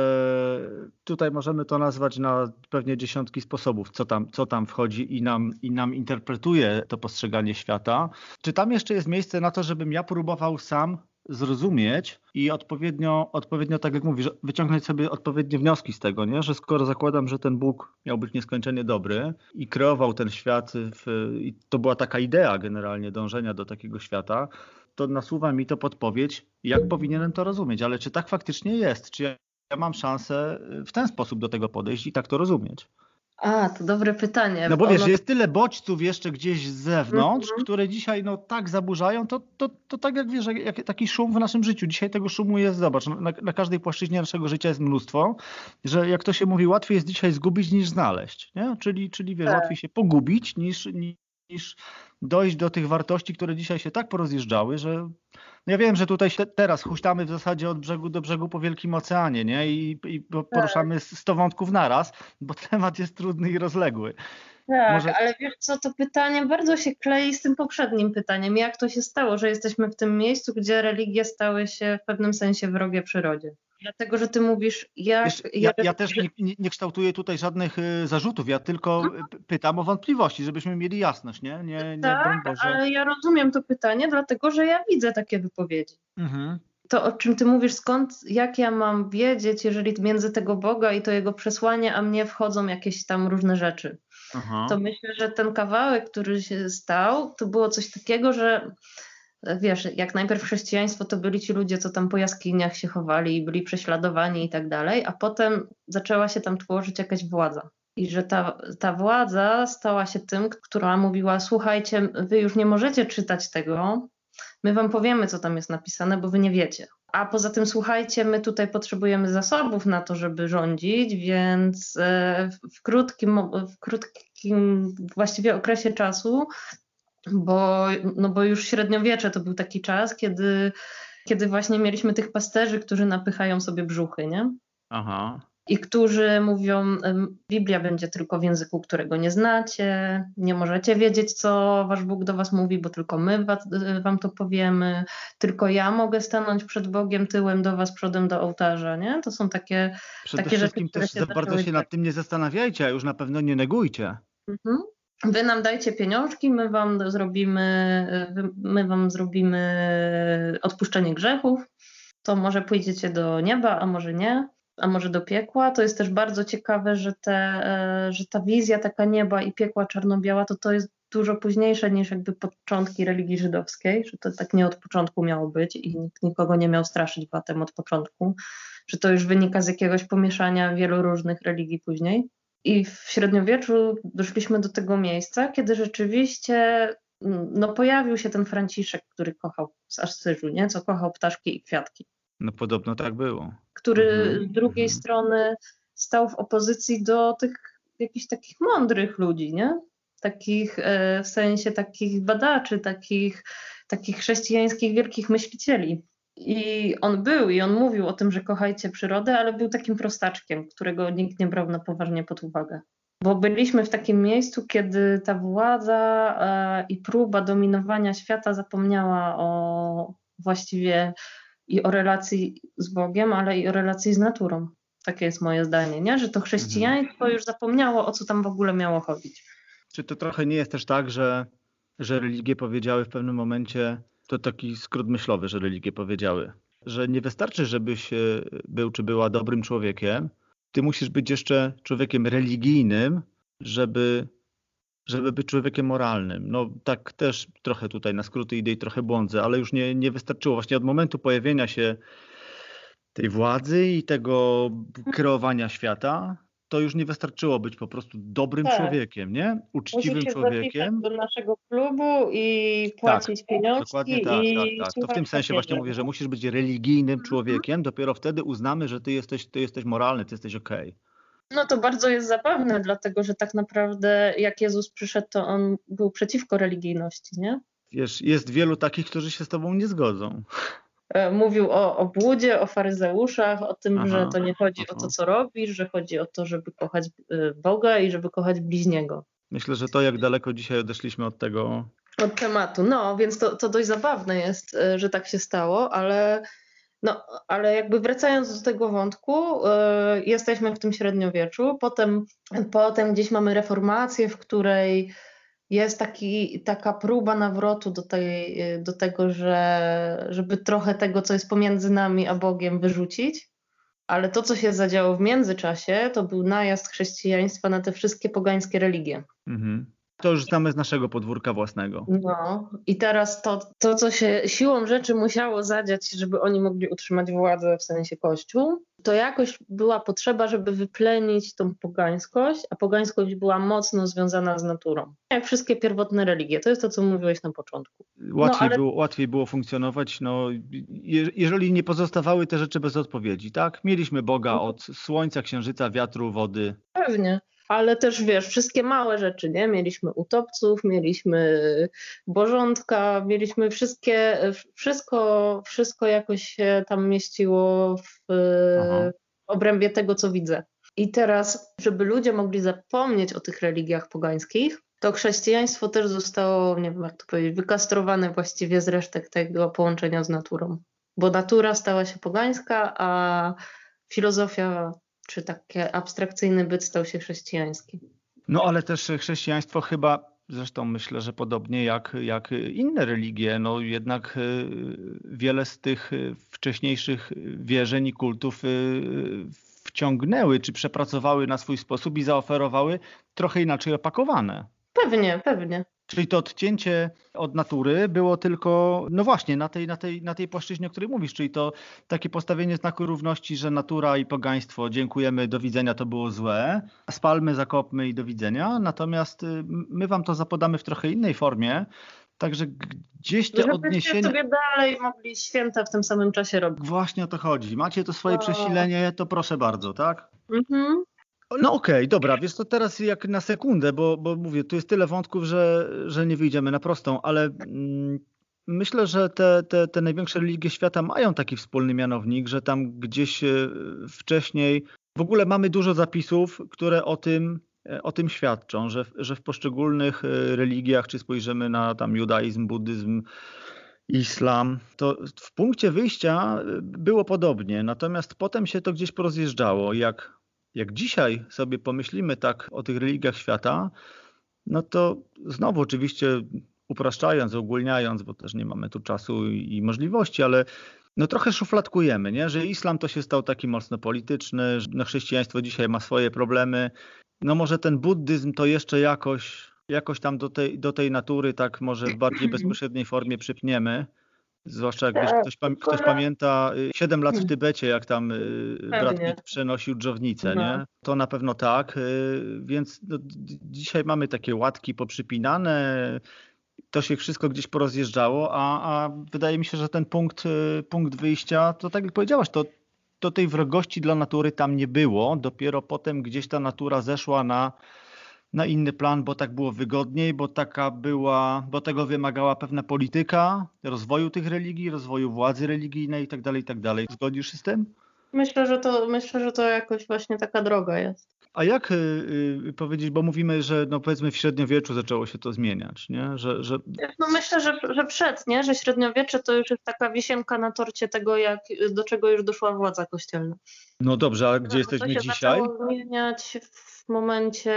tutaj możemy to nazwać na pewnie dziesiątki sposobów, co tam, co tam wchodzi i nam, i nam interpretuje to postrzeganie świata. Czy tam jeszcze jest miejsce na to, żebym ja próbował sam zrozumieć i odpowiednio, odpowiednio tak jak mówisz, wyciągnąć sobie odpowiednie wnioski z tego, nie? Że skoro zakładam, że ten Bóg miał być nieskończenie dobry i kreował ten świat, w, i to była taka idea generalnie dążenia do takiego świata, to nasuwa mi to podpowiedź, jak powinienem to rozumieć. Ale czy tak faktycznie jest? Czy ja, ja mam szansę w ten sposób do tego podejść i tak to rozumieć? A, to dobre pytanie. No bo wiesz, Ono... jest tyle bodźców jeszcze gdzieś z zewnątrz, Mhm. które dzisiaj no tak zaburzają, to, to, to tak jak wiesz, jak taki szum w naszym życiu. Dzisiaj tego szumu jest, zobacz, na, na każdej płaszczyźnie naszego życia jest mnóstwo, że jak to się mówi, łatwiej jest dzisiaj zgubić niż znaleźć, nie? Czyli, czyli wiesz, Tak. łatwiej się pogubić niż, niż dojść do tych wartości, które dzisiaj się tak porozjeżdżały, że ja wiem, że tutaj się teraz huśtamy w zasadzie od brzegu do brzegu po wielkim oceanie, nie? I, i poruszamy sto wątków naraz, bo temat jest trudny i rozległy. Tak, Może... ale wiesz co, to pytanie bardzo się klei z tym poprzednim pytaniem. Jak to się stało, że jesteśmy w tym miejscu, gdzie religie stały się w pewnym sensie wrogie przyrodzie? Dlatego, że ty mówisz, jak... Wiesz, ja, ja też nie, nie, nie kształtuję tutaj żadnych y, zarzutów, ja tylko y, pytam o wątpliwości, żebyśmy mieli jasność, nie? Nie, nie Tak, broń Boże. ale ja rozumiem to pytanie, dlatego, że ja widzę takie wypowiedzi. Mhm. To, o czym ty mówisz, skąd, jak ja mam wiedzieć, jeżeli między tego Boga i to jego przesłanie, a mnie wchodzą jakieś tam różne rzeczy. Aha. To myślę, że ten kawałek, który się stał, to było coś takiego, że wiesz, jak najpierw chrześcijaństwo to byli ci ludzie, co tam po jaskiniach się chowali i byli prześladowani i tak dalej, a potem zaczęła się tam tworzyć jakaś władza. I że ta, ta władza stała się tym, która mówiła, słuchajcie, wy już nie możecie czytać tego, my wam powiemy, co tam jest napisane, bo wy nie wiecie. A poza tym, słuchajcie, my tutaj potrzebujemy zasobów na to, żeby rządzić, więc w krótkim, w krótkim właściwie okresie czasu, bo, no bo już średniowiecze to był taki czas, kiedy, kiedy właśnie mieliśmy tych pasterzy, którzy napychają sobie brzuchy, nie? Aha. I którzy mówią, Biblia będzie tylko w języku, którego nie znacie, nie możecie wiedzieć, co wasz Bóg do was mówi, bo tylko my was, wam to powiemy, tylko ja mogę stanąć przed Bogiem tyłem do was, przodem do ołtarza, nie? To są takie, Przede takie wszystkim rzeczy, też się za bardzo zaczęły się nad tym nie zastanawiajcie, a już na pewno nie negujcie. Mhm. Wy nam dajcie pieniążki, my wam zrobimy, my wam zrobimy odpuszczenie grzechów, to może pójdziecie do nieba, a może nie, a może do piekła. To jest też bardzo ciekawe, że, te, że ta wizja taka nieba i piekła czarno-biała, to to jest dużo późniejsze niż jakby początki religii żydowskiej, że to tak nie od początku miało być i nikt nikogo nie miał straszyć batem od początku, że to już wynika z jakiegoś pomieszania wielu różnych religii później. I w średniowieczu doszliśmy do tego miejsca, kiedy rzeczywiście no, pojawił się ten Franciszek, który kochał z Asyżu, nie? Co kochał ptaszki i kwiatki. No podobno tak było. Który Mhm. z drugiej mhm. strony stał w opozycji do tych jakichś takich mądrych ludzi, nie? Takich e, w sensie takich badaczy, takich, takich chrześcijańskich wielkich myślicieli. I on był i on mówił o tym, że kochajcie przyrodę, ale był takim prostaczkiem, którego nikt nie brał na poważnie pod uwagę. Bo byliśmy w takim miejscu, kiedy ta władza e, i próba dominowania świata zapomniała o właściwie i o relacji z Bogiem, ale i o relacji z naturą. Takie jest moje zdanie, nie? Że to chrześcijaństwo mhm. już zapomniało, o co tam w ogóle miało chodzić. Czy to trochę nie jest też tak, że, że religie powiedziały w pewnym momencie, to taki skrót myślowy, że religie powiedziały, że nie wystarczy, żebyś był czy była dobrym człowiekiem, ty musisz być jeszcze człowiekiem religijnym, żeby, żeby być człowiekiem moralnym. No tak też trochę tutaj na skróty idę i trochę błądzę, ale już nie, nie wystarczyło. Właśnie od momentu pojawienia się tej władzy i tego kreowania świata, to już nie wystarczyło być po prostu dobrym Tak. człowiekiem, nie? Uczciwym Musisz się człowiekiem. zapisać do naszego klubu i Tak, płacić pieniążki dokładnie tak, tak, i tak. To w słuchać tym sensie właśnie papieża, mówię, że nie? musisz być religijnym Mhm. człowiekiem, dopiero wtedy uznamy, że ty jesteś, ty jesteś moralny, ty jesteś okej. No to bardzo jest zabawne, dlatego że tak naprawdę jak Jezus przyszedł, to on był przeciwko religijności, nie? Wiesz, jest wielu takich, którzy się z tobą nie zgodzą. E, Mówił o obłudzie, o faryzeuszach, o tym, Aha, że to nie chodzi aha. o to, co robisz, że chodzi o to, żeby kochać e, Boga i żeby kochać bliźniego. Myślę, że to jak daleko dzisiaj odeszliśmy od tego. Od tematu. No, więc to, to dość zabawne jest, e, że tak się stało, ale, no, ale jakby wracając do tego wątku, e, jesteśmy w tym średniowieczu, potem, potem gdzieś mamy reformację, w której jest taki, taka próba nawrotu do, tej, do tego, że, żeby trochę tego, co jest pomiędzy nami a Bogiem, wyrzucić. Ale to, co się zadziało w międzyczasie, to był najazd chrześcijaństwa na te wszystkie pogańskie religie. Mhm. To już znamy z naszego podwórka własnego. No i teraz to, to, co się siłą rzeczy musiało zadziać, żeby oni mogli utrzymać władzę, w sensie Kościół, to jakoś była potrzeba, żeby wyplenić tą pogańskość, a pogańskość była mocno związana z naturą. Jak wszystkie pierwotne religie, to jest to, co mówiłeś na początku. Łatwiej, ale- było, łatwiej było funkcjonować, no, je, jeżeli nie pozostawały te rzeczy bez odpowiedzi, tak? Mieliśmy Boga od słońca, księżyca, wiatru, wody. Pewnie. Ale też wiesz, wszystkie małe rzeczy, nie? Mieliśmy utopców, mieliśmy bożątka, mieliśmy wszystkie, wszystko, wszystko jakoś się tam mieściło w Aha. obrębie tego, co widzę. I teraz, żeby ludzie mogli zapomnieć o tych religiach pogańskich, to chrześcijaństwo też zostało, nie wiem jak to powiedzieć, wykastrowane właściwie z resztek tego połączenia z naturą. Bo natura stała się pogańska, a filozofia czy taki abstrakcyjny byt stał się chrześcijański. No ale też chrześcijaństwo chyba, zresztą myślę, że podobnie jak, jak inne religie, no jednak y, wiele z tych y, wcześniejszych wierzeń i kultów y, wciągnęły czy przepracowały na swój sposób i zaoferowały trochę inaczej opakowane. Pewnie, pewnie. Czyli to odcięcie od natury było tylko, no właśnie, na tej, na tej, na tej płaszczyźnie, o której mówisz, czyli to takie postawienie znaku równości, że natura i pogaństwo, dziękujemy, do widzenia, to było złe, spalmy, zakopmy i do widzenia, natomiast y, my wam to zapodamy w trochę innej formie, także gdzieś te Żebyście odniesienia... sobie dalej mogli święta w tym samym czasie robić. Właśnie o to chodzi. Macie to swoje O. przesilenie, to proszę bardzo, tak? Mhm. No okej, okay, dobra, wiesz to teraz jak na sekundę, bo, bo mówię, tu jest tyle wątków, że, że nie wyjdziemy na prostą, ale mm, myślę, że te, te, te największe religie świata mają taki wspólny mianownik, że tam gdzieś e, wcześniej w ogóle mamy dużo zapisów, które o tym, e, o tym świadczą, że, że w poszczególnych e, religiach, czy spojrzymy na tam judaizm, buddyzm, islam, to w punkcie wyjścia było podobnie, natomiast potem się to gdzieś porozjeżdżało, jak Jak dzisiaj sobie pomyślimy tak o tych religiach świata, no to znowu oczywiście upraszczając, ogólniając, bo też nie mamy tu czasu i możliwości, ale no trochę szufladkujemy, nie? Że islam to się stał taki mocno polityczny, że no chrześcijaństwo dzisiaj ma swoje problemy. No może ten buddyzm to jeszcze jakoś, jakoś tam do tej, do tej natury tak może w bardziej bezpośredniej formie przypniemy. Zwłaszcza jak wiesz, ktoś, pam- ktoś pamięta siedem lat w Tybecie, jak tam Brad Pitt przenosił dżownicę, No. nie? To na pewno tak, więc no, dzisiaj mamy takie łatki poprzypinane, to się wszystko gdzieś porozjeżdżało, a, a wydaje mi się, że ten punkt, punkt wyjścia, to tak jak powiedziałaś, to, to tej wrogości dla natury tam nie było, dopiero potem gdzieś ta natura zeszła na na inny plan, bo tak było wygodniej, bo taka była, bo tego wymagała pewna polityka rozwoju tych religii, rozwoju władzy religijnej i tak dalej, i tak dalej. Zgodzisz się z tym? Myślę, że to, myślę, że to jakoś właśnie taka droga jest. A jak y, y, powiedzieć, bo mówimy, że no powiedzmy w średniowieczu zaczęło się to zmieniać, nie? Że, że... No myślę, że, że przed, nie? Że średniowiecze to już jest taka wisienka na torcie tego, jak, do czego już doszła władza kościelna. No dobrze, a gdzie No, jesteśmy to się dzisiaj? zaczęło zmieniać w momencie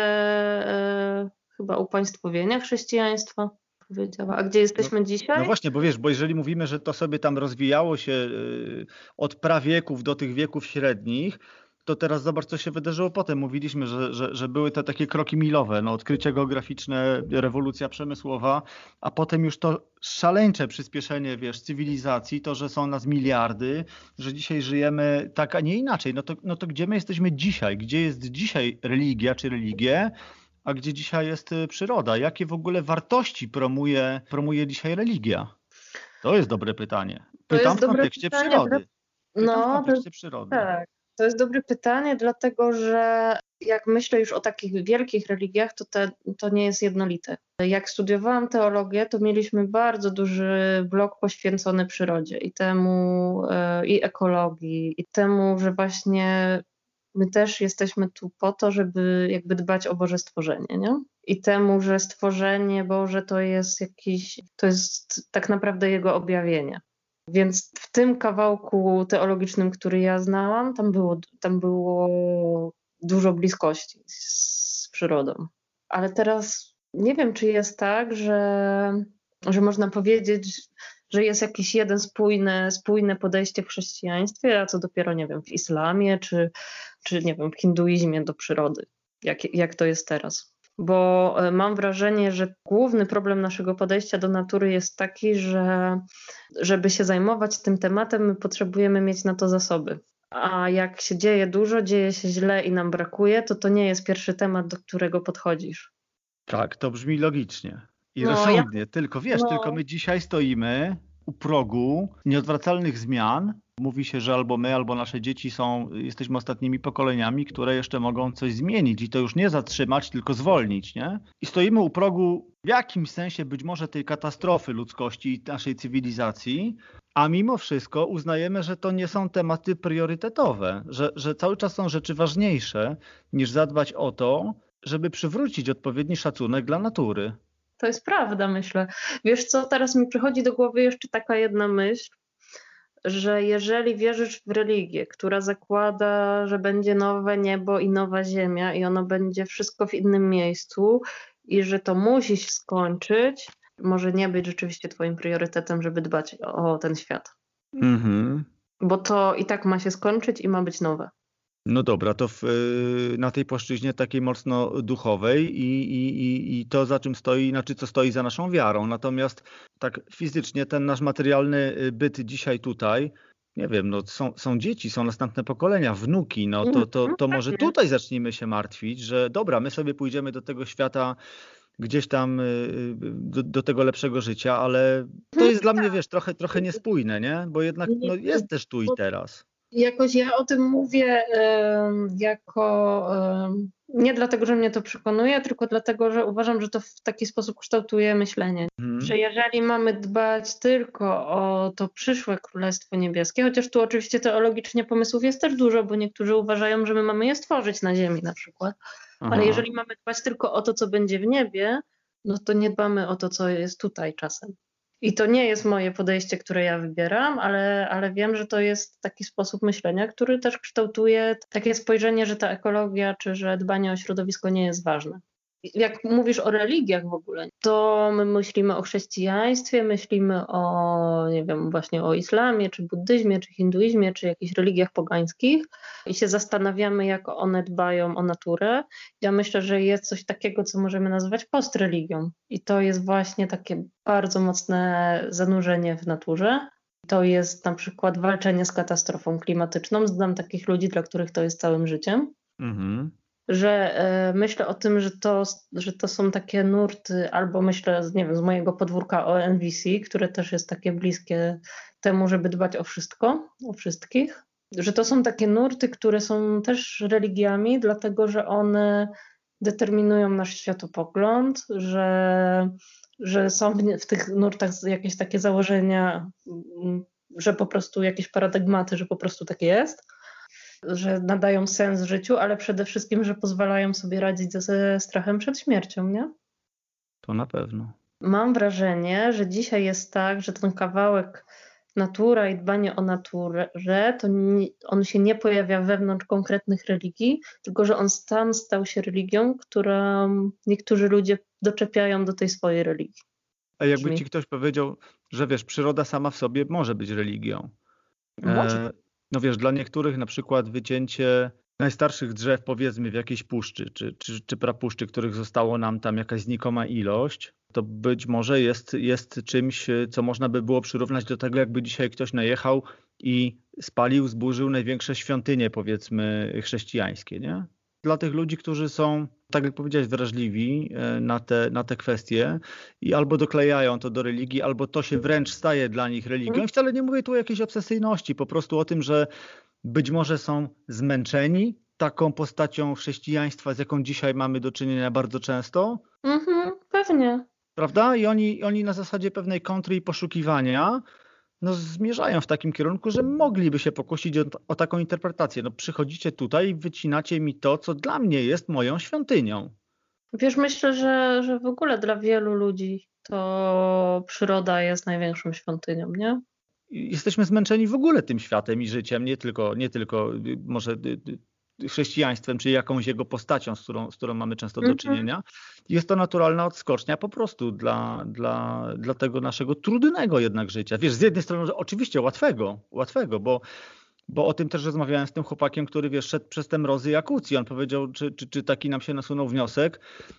e, chyba upaństwowienia chrześcijaństwa, powiedziała. A gdzie jesteśmy no, dzisiaj? No właśnie, bo wiesz, bo jeżeli mówimy, że to sobie tam rozwijało się y, od prawieków do tych wieków średnich, To teraz zobacz, co się wydarzyło potem. Mówiliśmy, że, że, że były te takie kroki milowe, no, odkrycia geograficzne, rewolucja przemysłowa, a potem już to szaleńcze przyspieszenie, wiesz, cywilizacji, to, że są nas miliardy, że dzisiaj żyjemy tak, a nie inaczej. No to, no to gdzie my jesteśmy dzisiaj? Gdzie jest dzisiaj religia czy religie, a gdzie dzisiaj jest y, przyroda? Jakie w ogóle wartości promuje, promuje dzisiaj religia? To jest dobre pytanie. To Pytam jest w dobre kontekście pytanie. Dla... przyrody. Pytam w No, to, kontekście przyrody. tak. To jest dobre pytanie, dlatego że jak myślę już o takich wielkich religiach, to te, to nie jest jednolite. Jak studiowałam teologię, to mieliśmy bardzo duży blok poświęcony przyrodzie i temu, e, i ekologii, i temu, że właśnie my też jesteśmy tu po to, żeby jakby dbać o Boże stworzenie, nie? I temu, że stworzenie Boże to jest jakiś, to jest tak naprawdę Jego objawienie. Więc w tym kawałku teologicznym, który ja znałam, tam było, tam było dużo bliskości z przyrodą. Ale teraz nie wiem, czy jest tak, że, że można powiedzieć, że jest jakieś jeden spójne, spójne podejście w chrześcijaństwie, a co dopiero, nie wiem, w islamie, czy, czy nie wiem, w hinduizmie do przyrody. Jak, jak to jest teraz. Bo mam wrażenie, że główny problem naszego podejścia do natury jest taki, że żeby się zajmować tym tematem, my potrzebujemy mieć na to zasoby. A jak się dzieje dużo, dzieje się źle i nam brakuje, to to nie jest pierwszy temat, do którego podchodzisz. Tak, to brzmi logicznie i No, rozsądnie. ja- Tylko wiesz, no. tylko my dzisiaj stoimy u progu nieodwracalnych zmian. Mówi się, że albo my, albo nasze dzieci są, jesteśmy ostatnimi pokoleniami, które jeszcze mogą coś zmienić i to już nie zatrzymać, tylko zwolnić, nie? I stoimy u progu w jakimś sensie być może tej katastrofy ludzkości i naszej cywilizacji, a mimo wszystko uznajemy, że to nie są tematy priorytetowe, że, że cały czas są rzeczy ważniejsze niż zadbać o to, żeby przywrócić odpowiedni szacunek dla natury. To jest prawda, myślę. Wiesz co, teraz mi przychodzi do głowy jeszcze taka jedna myśl, że jeżeli wierzysz w religię, która zakłada, że będzie nowe niebo i nowa ziemia i ono będzie wszystko w innym miejscu i że to musi się skończyć, może nie być rzeczywiście twoim priorytetem, żeby dbać o ten świat. Mhm. Bo to i tak ma się skończyć i ma być nowe. No dobra, to w, na tej płaszczyźnie takiej mocno duchowej i, i, i, i to, za czym stoi, znaczy co stoi za naszą wiarą. Natomiast tak fizycznie ten nasz materialny byt dzisiaj tutaj, nie wiem, no są, są dzieci, są następne pokolenia, wnuki, no to, to, to może tutaj zacznijmy się martwić, że dobra, my sobie pójdziemy do tego świata gdzieś tam do, do tego lepszego życia, ale to jest dla mnie, wiesz, trochę, trochę niespójne, nie? Bo jednak no, jest też tu i teraz. Jakoś ja o tym mówię um, jako um, nie dlatego, że mnie to przekonuje, tylko dlatego, że uważam, że to w taki sposób kształtuje myślenie. Hmm. Że jeżeli mamy dbać tylko o to przyszłe Królestwo Niebieskie, chociaż tu oczywiście teologicznie pomysłów jest też dużo, bo niektórzy uważają, że my mamy je stworzyć na ziemi na przykład, Aha. ale jeżeli mamy dbać tylko o to, co będzie w niebie, no to nie dbamy o to, co jest tutaj czasem. I to nie jest moje podejście, które ja wybieram, ale, ale wiem, że to jest taki sposób myślenia, który też kształtuje takie spojrzenie, że ta ekologia czy że dbanie o środowisko nie jest ważne. Jak mówisz o religiach w ogóle, to my myślimy o chrześcijaństwie, myślimy o, nie wiem, właśnie o islamie, czy buddyzmie, czy hinduizmie, czy jakichś religiach pogańskich i się zastanawiamy, jak one dbają o naturę. Ja myślę, że jest coś takiego, co możemy nazwać postreligią i to jest właśnie takie bardzo mocne zanurzenie w naturze. To jest na przykład walczenie z katastrofą klimatyczną. Znam takich ludzi, dla których to jest całym życiem. Mhm. Że y, myślę o tym, że to, że to są takie nurty, albo myślę, nie wiem, z mojego podwórka o N V C, które też jest takie bliskie temu, żeby dbać o wszystko, o wszystkich, że to są takie nurty, które są też religiami, dlatego że one determinują nasz światopogląd, że, że są w, w tych nurtach jakieś takie założenia, że po prostu jakieś paradygmaty, że po prostu tak jest, że nadają sens życiu, ale przede wszystkim, że pozwalają sobie radzić ze strachem przed śmiercią, nie? To na pewno. Mam wrażenie, że dzisiaj jest tak, że ten kawałek natura i dbanie o naturę, to nie, on się nie pojawia wewnątrz konkretnych religii, tylko że on sam stał się religią, którą niektórzy ludzie doczepiają do tej swojej religii. A jakby Brzmi. ci ktoś powiedział, że wiesz, przyroda sama w sobie może być religią. Może. E- No wiesz, dla niektórych na przykład wycięcie najstarszych drzew, powiedzmy, w jakiejś puszczy, czy, czy, czy prapuszczy, których zostało nam tam jakaś znikoma ilość, to być może jest, jest czymś, co można by było przyrównać do tego, jakby dzisiaj ktoś najechał i spalił, zburzył największe świątynie, powiedzmy, chrześcijańskie, nie? Dla tych ludzi, którzy są, tak jak powiedziałeś, wrażliwi na te, na te kwestie i albo doklejają to do religii, albo to się wręcz staje dla nich religią. I wcale nie mówię tu o jakiejś obsesyjności, po prostu o tym, że być może są zmęczeni taką postacią chrześcijaństwa, z jaką dzisiaj mamy do czynienia bardzo często. Mhm, pewnie. Prawda? I oni, oni na zasadzie pewnej kontry i poszukiwania no, zmierzają w takim kierunku, że mogliby się pokusić o, o taką interpretację. No, przychodzicie tutaj i wycinacie mi to, co dla mnie jest moją świątynią. Wiesz, myślę, że, że w ogóle dla wielu ludzi to przyroda jest największą świątynią, nie? Jesteśmy zmęczeni w ogóle tym światem i życiem, nie tylko, nie tylko może chrześcijaństwem, czy jakąś jego postacią, z którą, z którą mamy często do czynienia. Jest to naturalna odskocznia po prostu dla, dla, dla tego naszego trudnego jednak życia. Wiesz, z jednej strony oczywiście łatwego, łatwego, bo, bo o tym też rozmawiałem z tym chłopakiem, który wiesz, szedł przez te mrozy Jakucji. On powiedział, czy, czy, czy taki nam się nasunął wniosek,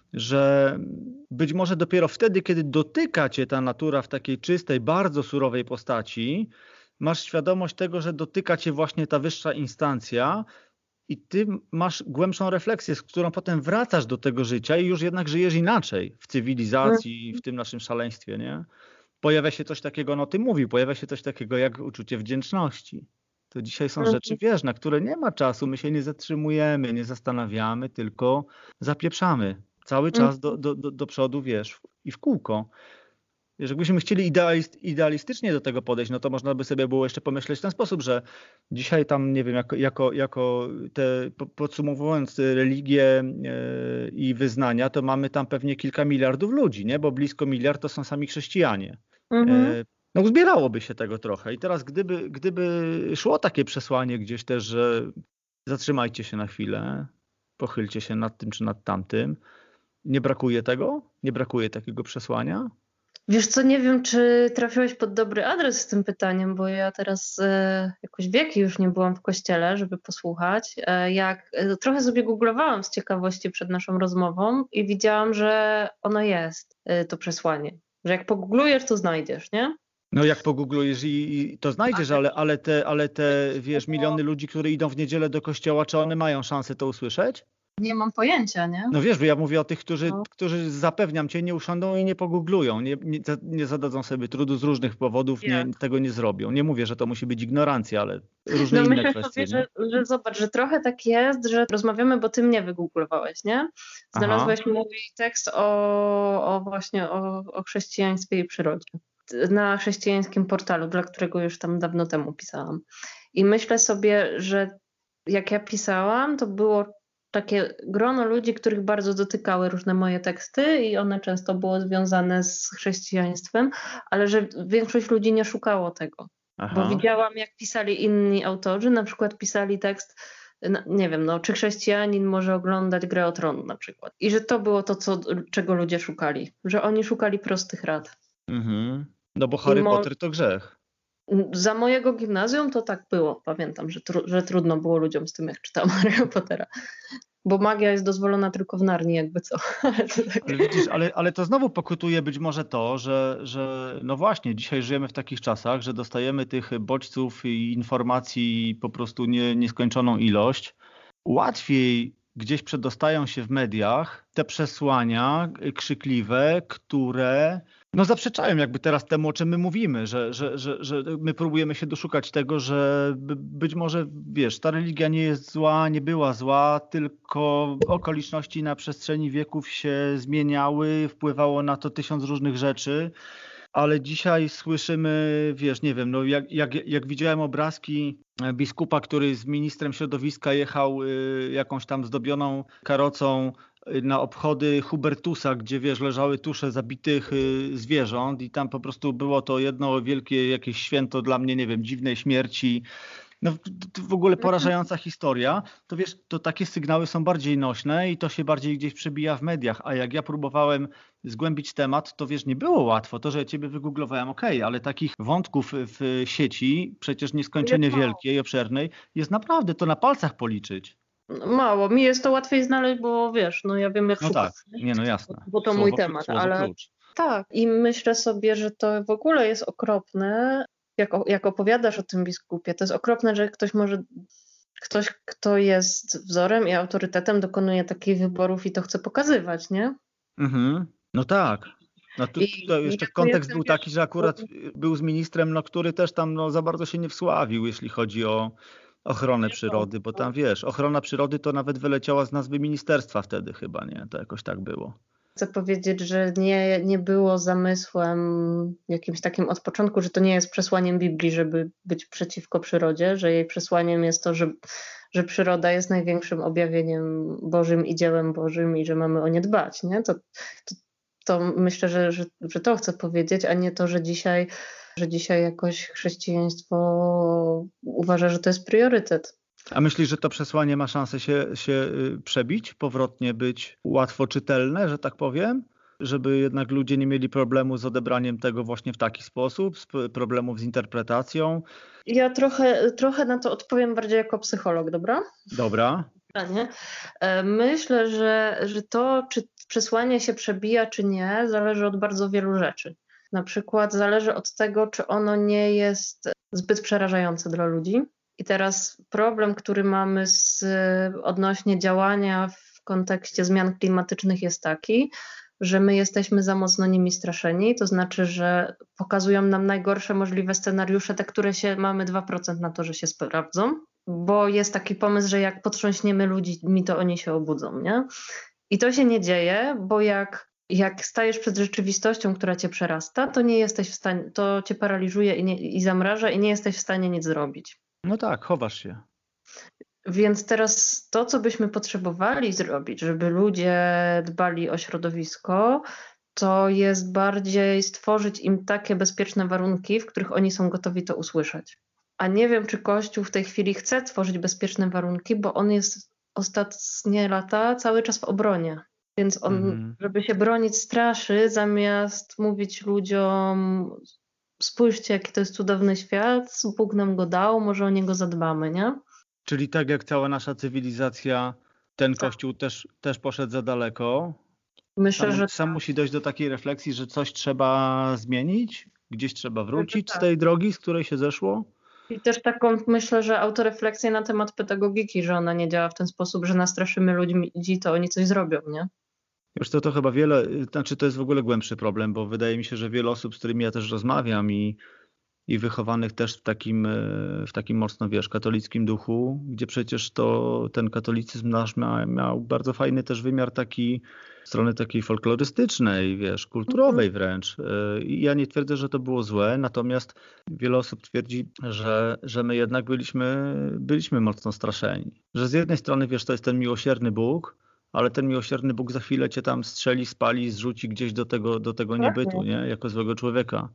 że być może dopiero wtedy, kiedy dotyka cię ta natura w takiej czystej, bardzo surowej postaci, masz świadomość tego, że dotyka cię właśnie ta wyższa instancja, i ty masz głębszą refleksję, z którą potem wracasz do tego życia i już jednak żyjesz inaczej w cywilizacji, w tym naszym szaleństwie, nie? Pojawia się coś takiego, no ty mówił, pojawia się coś takiego jak uczucie wdzięczności. To dzisiaj są rzeczy, wiesz, na które nie ma czasu, my się nie zatrzymujemy, nie zastanawiamy, tylko zapieprzamy cały czas do, do, do, do przodu, wiesz, i w kółko. Wiesz, jakbyśmy chcieli idealist, idealistycznie do tego podejść, no to można by sobie było jeszcze pomyśleć w ten sposób, że dzisiaj tam, nie wiem, jako, jako, jako te, podsumowując religię yy, i wyznania, to mamy tam pewnie kilka miliardów ludzi, nie? Bo blisko miliard to są sami chrześcijanie. Mhm. Yy, no uzbierałoby się tego trochę. I teraz gdyby, gdyby szło takie przesłanie gdzieś też, że zatrzymajcie się na chwilę, pochylcie się nad tym czy nad tamtym, nie brakuje tego? Nie brakuje takiego przesłania? Wiesz co, nie wiem, czy trafiłeś pod dobry adres z tym pytaniem, bo ja teraz e, jakoś wieki już nie byłam w kościele, żeby posłuchać. E, jak e, trochę sobie googlowałam z ciekawości przed naszą rozmową i widziałam, że ono jest, e, to przesłanie. Że jak pogooglujesz, to znajdziesz, nie? No jak pogooglujesz i, i to znajdziesz, ale, ale, te, ale te, wiesz, miliony ludzi, które idą w niedzielę do kościoła, czy one mają szansę to usłyszeć? Nie mam pojęcia, nie? No wiesz, bo ja mówię o tych, którzy, No. którzy zapewniam cię, nie usiądą i nie pogooglują, nie, nie, nie zadadzą sobie trudu z różnych powodów, nie, tego nie zrobią. Nie mówię, że to musi być ignorancja, ale różne no inne myślę kwestie. sobie, że, że zobacz, że trochę tak jest, że rozmawiamy, bo ty mnie wygooglowałeś, nie? Znalazłeś Aha. mój tekst o, o właśnie o, o chrześcijaństwie i przyrodzie na chrześcijańskim portalu, dla którego już tam dawno temu pisałam. I myślę sobie, że jak ja pisałam, to było takie grono ludzi, których bardzo dotykały różne moje teksty i one często było związane z chrześcijaństwem, ale że większość ludzi nie szukało tego. Aha. Bo widziałam, jak pisali inni autorzy, na przykład pisali tekst, nie wiem, no, czy chrześcijanin może oglądać Grę o Tron na przykład. I że to było to, co, czego ludzie szukali. Że oni szukali prostych rad. Mhm. No bo Harry mo- Potter to grzech. Za mojego gimnazjum to tak było. Pamiętam, że, tru- że trudno było ludziom z tym, jak czytałam Harry Pottera. Bo magia jest dozwolona tylko w Narni, jakby co. Ale to, tak... ale, widzisz, ale, ale to znowu pokutuje być może to, że, że no właśnie, dzisiaj żyjemy w takich czasach, że dostajemy tych bodźców i informacji po prostu nie, nieskończoną ilość. Łatwiej gdzieś przedostają się w mediach te przesłania krzykliwe, które no zaprzeczają jakby teraz temu, o czym my mówimy, że, że, że, że my próbujemy się doszukać tego, że być może, wiesz, ta religia nie jest zła, nie była zła, tylko okoliczności na przestrzeni wieków się zmieniały, wpływało na to tysiąc różnych rzeczy, ale dzisiaj słyszymy, wiesz, nie wiem, no jak, jak, jak widziałem obrazki biskupa, który z ministrem środowiska jechał y, jakąś tam zdobioną karocą na obchody Hubertusa, gdzie wiesz, leżały tusze zabitych y, zwierząt i tam po prostu było to jedno wielkie jakieś święto dla mnie, nie wiem, dziwnej śmierci. No w ogóle porażająca historia, to wiesz, to takie sygnały są bardziej nośne i to się bardziej gdzieś przebija w mediach, a jak ja próbowałem zgłębić temat, to wiesz, nie było łatwo. To, że ja ciebie wygooglowałem, okej, okay, ale takich wątków w sieci, przecież nieskończenie wielkiej, obszernej, jest naprawdę to na palcach policzyć. No, mało. Mi jest to łatwiej znaleźć, bo wiesz, no ja wiem jak No tak, szukać, nie? nie no jasne. Bo to mój Słowo, temat, słowo ale klucz. tak. I myślę sobie, że to w ogóle jest okropne, jak, o- jak opowiadasz o tym biskupie, to jest okropne, że ktoś może, ktoś, kto jest wzorem i autorytetem, dokonuje takich wyborów i to chce pokazywać, nie? Mhm. No tak. No tu, I, to i jeszcze jako kontekst jestem, był wiesz, taki, że akurat był z ministrem, no, który też tam no, za bardzo się nie wsławił, jeśli chodzi o ochronę przyrody, bo tam wiesz, ochrona przyrody to nawet wyleciała z nazwy ministerstwa wtedy chyba, nie? To jakoś tak było. chcę powiedzieć, że nie, nie było zamysłem jakimś takim od początku, że to nie jest przesłaniem Biblii, żeby być przeciwko przyrodzie, że jej przesłaniem jest to, że, że przyroda jest największym objawieniem Bożym i dziełem Bożym i że mamy o nie dbać. Nie? To, to, to myślę, że, że, że to chcę powiedzieć, a nie to, że dzisiaj, że dzisiaj jakoś chrześcijaństwo uważa, że to jest priorytet. A myślisz, że to przesłanie ma szansę się, się y, przebić, powrotnie być łatwo czytelne, że tak powiem? Żeby jednak ludzie nie mieli problemu z odebraniem tego właśnie w taki sposób, z p- problemów z interpretacją? Ja trochę, trochę na to odpowiem bardziej jako psycholog, dobra? Dobra. Pytanie. E, Myślę, że, że to, czy przesłanie się przebija, czy nie, zależy od bardzo wielu rzeczy. Na przykład zależy od tego, czy ono nie jest zbyt przerażające dla ludzi. I teraz problem, który mamy z, odnośnie działania w kontekście zmian klimatycznych jest taki, że my jesteśmy za mocno nimi straszeni, to znaczy, że pokazują nam najgorsze możliwe scenariusze, te, które się mamy dwa procent na to, że się sprawdzą, bo jest taki pomysł, że jak potrząśniemy ludźmi, to oni się obudzą, nie? I to się nie dzieje, bo jak, jak stajesz przed rzeczywistością, która cię przerasta, to nie jesteś w stanie, to cię paraliżuje i, nie, i zamraża i nie jesteś w stanie nic zrobić. No tak, chowasz się. Więc teraz to, co byśmy potrzebowali zrobić, żeby ludzie dbali o środowisko, to jest bardziej stworzyć im takie bezpieczne warunki, w których oni są gotowi to usłyszeć. A nie wiem, czy Kościół w tej chwili chce tworzyć bezpieczne warunki, bo on jest ostatnie lata cały czas w obronie. Więc on, Mhm. żeby się bronić, straszy, zamiast mówić ludziom, spójrzcie, jaki to jest cudowny świat, Bóg nam go dał, może o niego zadbamy, nie? Czyli tak jak cała nasza cywilizacja, ten Tak. kościół też, też poszedł za daleko. Myślę, Sam, że sam musi dojść do takiej refleksji, że coś trzeba zmienić, gdzieś trzeba wrócić z tak. tej drogi, z której się zeszło. I też taką, myślę, że autorefleksję na temat pedagogiki, że ona nie działa w ten sposób, że nastraszymy ludzi, to oni coś zrobią, nie? Wiesz co, to chyba wiele, znaczy to jest w ogóle głębszy problem, bo wydaje mi się, że wiele osób, z którymi ja też rozmawiam i, i wychowanych też w takim, e, w takim mocno, wiesz, katolickim duchu, gdzie przecież to ten katolicyzm nasz miał, miał bardzo fajny też wymiar taki, strony takiej folklorystycznej, wiesz, kulturowej wręcz. E, I ja nie twierdzę, że to było złe, natomiast wiele osób twierdzi, że, że my jednak byliśmy, byliśmy mocno straszeni. Że z jednej strony, wiesz, to jest ten miłosierny Bóg, ale ten miłosierny Bóg za chwilę cię tam strzeli, spali, zrzuci gdzieś do tego, do tego niebytu, nie? Jako złego człowieka.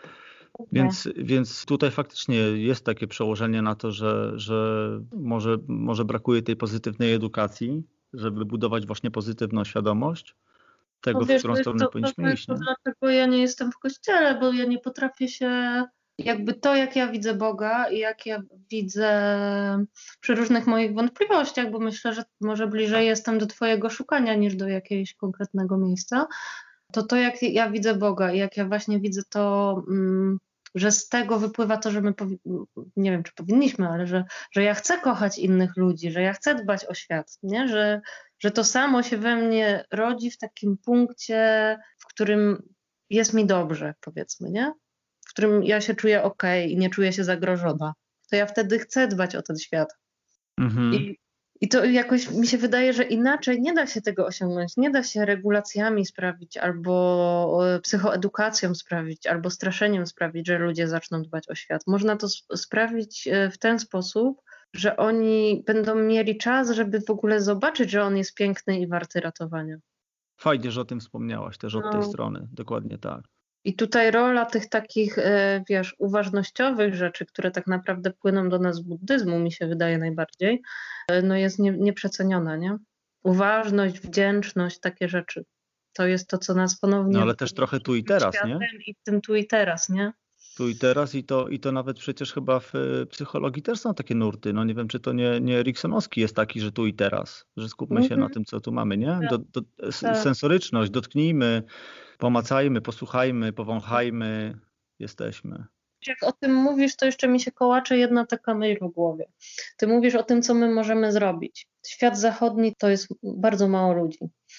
Więc, więc tutaj faktycznie jest takie przełożenie na to, że, że może, może brakuje tej pozytywnej edukacji, żeby budować właśnie pozytywną świadomość tego, No w wiesz, którą to jest stronę to, to, powinniśmy to jest iść. to, Nie? dlaczego ja nie jestem w kościele, bo ja nie potrafię się, jakby to, jak ja widzę Boga i jak ja widzę przy różnych moich wątpliwościach, bo myślę, że może bliżej jestem do twojego szukania niż do jakiegoś konkretnego miejsca, to to, jak ja widzę Boga i jak ja właśnie widzę to, mm, że z tego wypływa to, że my, powi- nie wiem, czy powinniśmy, ale że, że ja chcę kochać innych ludzi, że ja chcę dbać o świat, nie? Że, że to samo się we mnie rodzi w takim punkcie, w którym jest mi dobrze, powiedzmy, nie? W którym ja się czuję okej i nie czuję się zagrożona. To ja wtedy chcę dbać o ten świat. Mhm. I, I to jakoś mi się wydaje, że inaczej nie da się tego osiągnąć. Nie da się regulacjami sprawić, albo e, psychoedukacją sprawić, albo straszeniem sprawić, że ludzie zaczną dbać o świat. Można to sp- sprawić e, w ten sposób, że oni będą mieli czas, żeby w ogóle zobaczyć, że on jest piękny i warty ratowania. Fajnie, że o tym wspomniałaś też od tej No. strony. Dokładnie tak. I tutaj rola tych takich, e, wiesz, uważnościowych rzeczy, które tak naprawdę płyną do nas z buddyzmu, mi się wydaje najbardziej, e, no jest nie, nieprzeceniona, nie? Uważność, wdzięczność, takie rzeczy. To jest to, co nas ponownie No ale też trochę tu i teraz, nie? światem i w tym tu i teraz, nie? Tu i teraz i to, i to nawet przecież chyba w e, psychologii też są takie nurty. No nie wiem, czy to nie, nie Eriksonowski jest taki, że tu i teraz, że skupmy się na Mhm, tym, co tu mamy, nie? tak, Do, do, s- tak. sensoryczność, dotknijmy, pomacajmy, posłuchajmy, powąchajmy, jesteśmy. Jak o tym mówisz, to jeszcze mi się kołacze jedna taka myśl w głowie. Ty mówisz o tym, co my możemy zrobić. Świat zachodni to jest bardzo mało ludzi.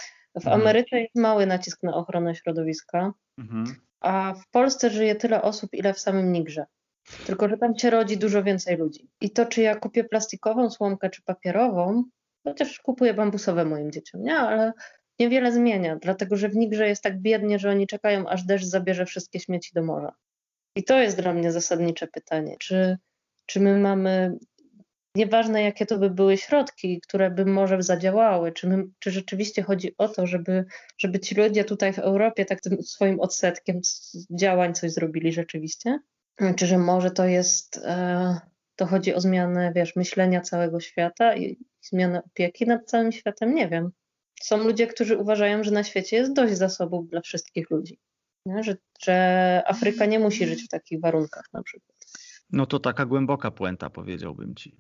W Mhm. Ameryce jest mały nacisk na ochronę środowiska, Mhm. a w Polsce żyje tyle osób, ile w samym Nigrze. Tylko, że tam się rodzi dużo więcej ludzi. I to, czy ja kupię plastikową słomkę, czy papierową, chociaż kupuję bambusowe moim dzieciom, nie? Ale niewiele zmienia, dlatego, że w Nigrze jest tak biednie, że oni czekają, aż deszcz zabierze wszystkie śmieci do morza. I to jest dla mnie zasadnicze pytanie, czy, czy my mamy, nieważne jakie to by były środki, które by może zadziałały, czy, my, czy rzeczywiście chodzi o to, żeby, żeby ci ludzie tutaj w Europie tak tym swoim odsetkiem z działań coś zrobili rzeczywiście? Czy że może to jest, e, to chodzi o zmianę, wiesz, myślenia całego świata i, i zmianę opieki nad całym światem? Nie wiem. Są ludzie, którzy uważają, że na świecie jest dość zasobów dla wszystkich ludzi. Nie? Że, że Afryka nie musi żyć w takich warunkach na przykład. No to taka głęboka puenta, powiedziałbym ci.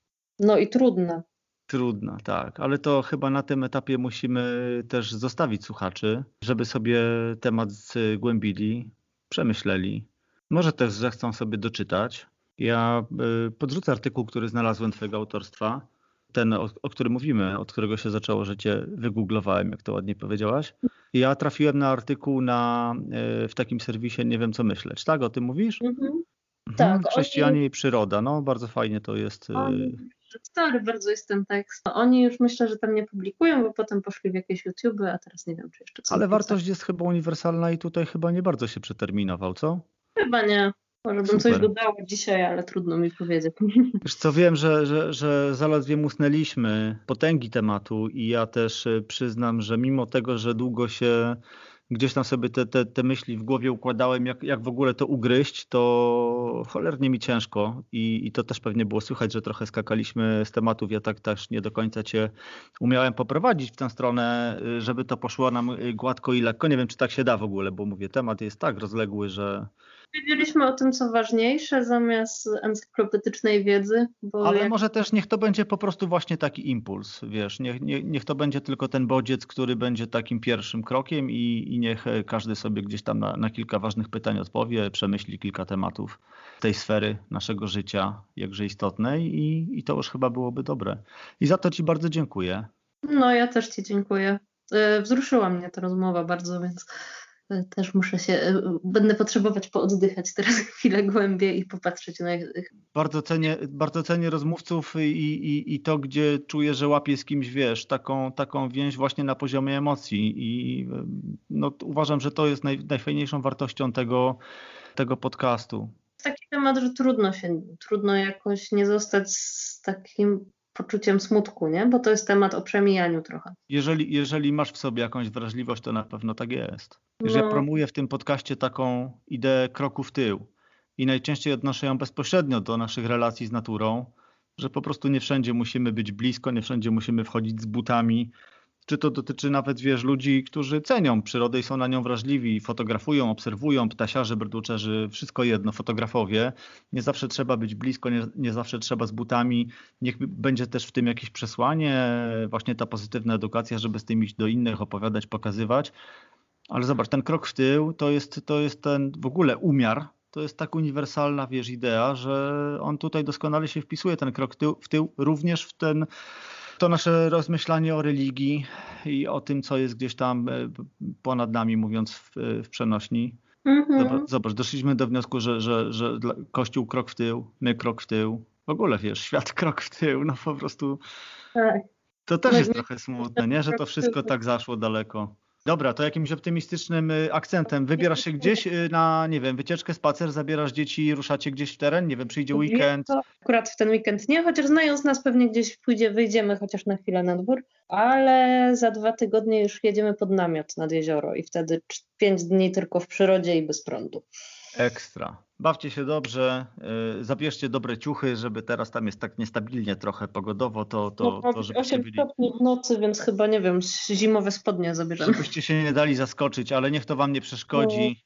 No i trudna. Trudna, tak, ale to chyba na tym etapie musimy też zostawić słuchaczy, żeby sobie temat zgłębili, przemyśleli. Może też zechcą sobie doczytać. Ja y, podrzucę artykuł, który znalazłem twojego autorstwa, ten, o, o którym mówimy, od którego się zaczęło, że cię wygooglowałem, jak to ładnie powiedziałaś. Ja trafiłem na artykuł na, y, w takim serwisie Nie wiem co myśleć. Tak, o tym mówisz? Mhm. Mhm. Tak, oni, Chrześcijanie i przyroda. No, bardzo fajnie to jest. oni, y, stary bardzo jest ten tekst. No, oni już myślę, że tam nie publikują, bo potem poszli w jakieś YouTube, a teraz nie wiem, czy jeszcze coś Ale wrzucają. wartość jest chyba uniwersalna i tutaj chyba nie bardzo się przeterminował, co? Chyba nie. Może bym coś Super. dodała dzisiaj, ale trudno mi powiedzieć. Wiesz co, wiem, że, że, że zaledwie musnęliśmy potęgi tematu i ja też y, przyznam, że mimo tego, że długo się gdzieś tam sobie te, te, te myśli w głowie układałem, jak, jak w ogóle to ugryźć, to cholernie mi ciężko i, i to też pewnie było słychać, że trochę skakaliśmy z tematów. Ja tak też nie do końca cię umiałem poprowadzić w tę stronę, y, żeby to poszło nam y, gładko i lekko. Nie wiem, czy tak się da w ogóle, bo mówię, temat jest tak rozległy, że... Wiedzieliśmy o tym, co ważniejsze, zamiast encyklopedycznej wiedzy, bo Ale jak... może też niech to będzie po prostu właśnie taki impuls, wiesz, niech, niech, niech to będzie tylko ten bodziec, który będzie takim pierwszym krokiem i, i niech każdy sobie gdzieś tam na, na kilka ważnych pytań odpowie, przemyśli kilka tematów tej sfery naszego życia, jakże istotnej i, i to już chyba byłoby dobre. I za to ci bardzo dziękuję. No, ja też Ci dziękuję. E, Wzruszyła mnie ta rozmowa bardzo, więc e, też muszę się, e, będę potrzebować pooddychać teraz chwilę głębiej i popatrzeć na ich. Bardzo cenię, bardzo cenię rozmówców i, i, i to, gdzie czuję, że łapię z kimś, wiesz, taką, taką więź właśnie na poziomie emocji i no, uważam, że to jest naj, najfajniejszą wartością tego, tego podcastu. Taki temat, że trudno się, trudno jakoś nie zostać z takim poczuciem smutku, nie? Bo to jest temat o przemijaniu trochę. Jeżeli, jeżeli masz w sobie jakąś wrażliwość, to na pewno tak jest. Wiesz, ja No, promuję w tym podcaście taką ideę kroku w tył i najczęściej odnoszę ją bezpośrednio do naszych relacji z naturą, że po prostu nie wszędzie musimy być blisko, nie wszędzie musimy wchodzić z butami. Czy to dotyczy nawet, wiesz, ludzi, którzy cenią przyrodę i są na nią wrażliwi, fotografują, obserwują, ptasiarze, brdłuczerzy, wszystko jedno, fotografowie. Nie zawsze trzeba być blisko, nie, nie zawsze trzeba z butami. Niech będzie też w tym jakieś przesłanie, właśnie ta pozytywna edukacja, żeby z tym iść do innych, opowiadać, pokazywać. Ale zobacz, ten krok w tył to jest, to jest ten w ogóle umiar. To jest tak uniwersalna, wiesz, idea, że on tutaj doskonale się wpisuje, ten krok w tył, w tył również w ten to nasze rozmyślanie o religii i o tym, co jest gdzieś tam ponad nami, mówiąc w, w przenośni. mhm. Zobacz, zobacz, doszliśmy do wniosku, że, że, że dla- Kościół krok w tył, my krok w tył. W ogóle, wiesz, świat krok w tył, no po prostu Tak. to też No jest i- trochę smutne, nie? Że to wszystko tak zaszło daleko. Dobra, to jakimś optymistycznym y, akcentem. Wybierasz się gdzieś y, na, nie wiem, wycieczkę, spacer, zabierasz dzieci, ruszacie gdzieś w teren, nie wiem, przyjdzie weekend. To akurat w ten weekend nie, chociaż znając nas pewnie gdzieś pójdzie, wyjdziemy chociaż na chwilę na dwór, ale za dwa tygodnie już jedziemy pod namiot nad jezioro i wtedy cz- pięć dni tylko w przyrodzie i bez prądu. Ekstra. Bawcie się dobrze, y, zabierzcie dobre ciuchy, żeby teraz tam jest tak niestabilnie trochę pogodowo, to, to, No, to ma żebyście osiem byli, stopni w nocy, więc chyba nie wiem, zimowe spodnie zabierzemy. żebyście się nie dali zaskoczyć, ale niech to wam nie przeszkodzi.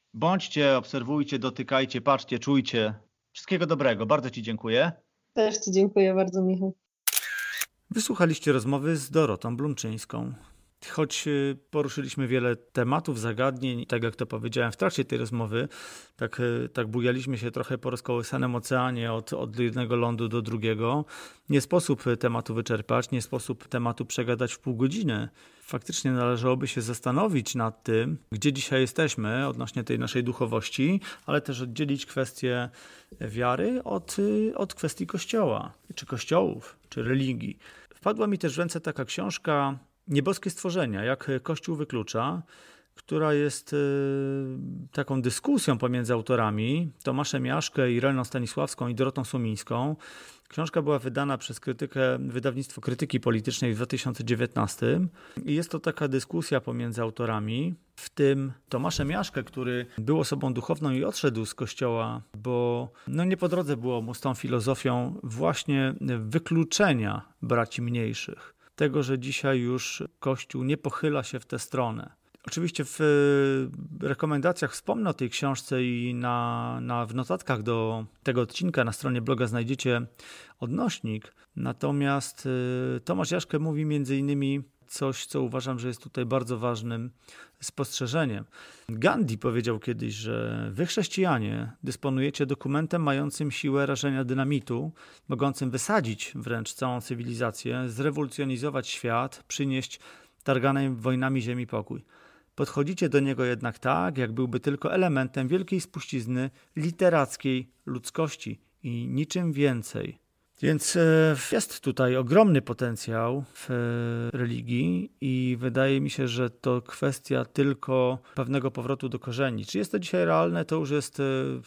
Bądźcie, obserwujcie, dotykajcie, patrzcie, czujcie. Wszystkiego dobrego. Bardzo Ci dziękuję. Też Ci dziękuję bardzo, Michał. Wysłuchaliście rozmowy z Dorotą Blumczyńską. Choć poruszyliśmy wiele tematów, zagadnień, tak jak to powiedziałem w trakcie tej rozmowy, tak, tak bujaliśmy się trochę po rozkołysanym oceanie od, od jednego lądu do drugiego. Nie sposób tematu wyczerpać, nie sposób tematu przegadać w pół godziny. Faktycznie należałoby się zastanowić nad tym, gdzie dzisiaj jesteśmy odnośnie tej naszej duchowości, ale też oddzielić kwestię wiary od, od kwestii Kościoła, czy kościołów, czy religii. Wpadła mi też w ręce taka książka Nieboskie stworzenia, jak Kościół wyklucza, która jest taką dyskusją pomiędzy autorami Tomaszem Jaszkę, Ireną Stanisławską i Dorotą Słomińską. Książka była wydana przez krytykę, wydawnictwo Krytyki Politycznej w dwa tysiące dziewiętnastym i jest to taka dyskusja pomiędzy autorami, w tym Tomaszem Jaszkę, który był osobą duchowną i odszedł z Kościoła, bo no nie po drodze było mu z tą filozofią właśnie wykluczenia braci mniejszych. Tego, że dzisiaj już Kościół nie pochyla się w tę stronę. Oczywiście w rekomendacjach wspomnę o tej książce i na, na, w notatkach do tego odcinka na stronie bloga znajdziecie odnośnik. Natomiast y, Tomasz Jaszkę mówi między innymi coś, co uważam, że jest tutaj bardzo ważnym spostrzeżeniem. Gandhi powiedział kiedyś, że wy chrześcijanie dysponujecie dokumentem mającym siłę rażenia dynamitu, mogącym wysadzić wręcz całą cywilizację, zrewolucjonizować świat, przynieść targanej wojnami ziemi pokój. Podchodzicie do niego jednak tak, jak byłby tylko elementem wielkiej spuścizny literackiej ludzkości i niczym więcej. Więc jest tutaj ogromny potencjał w religii i wydaje mi się, że to kwestia tylko pewnego powrotu do korzeni. Czy jest to dzisiaj realne, to już jest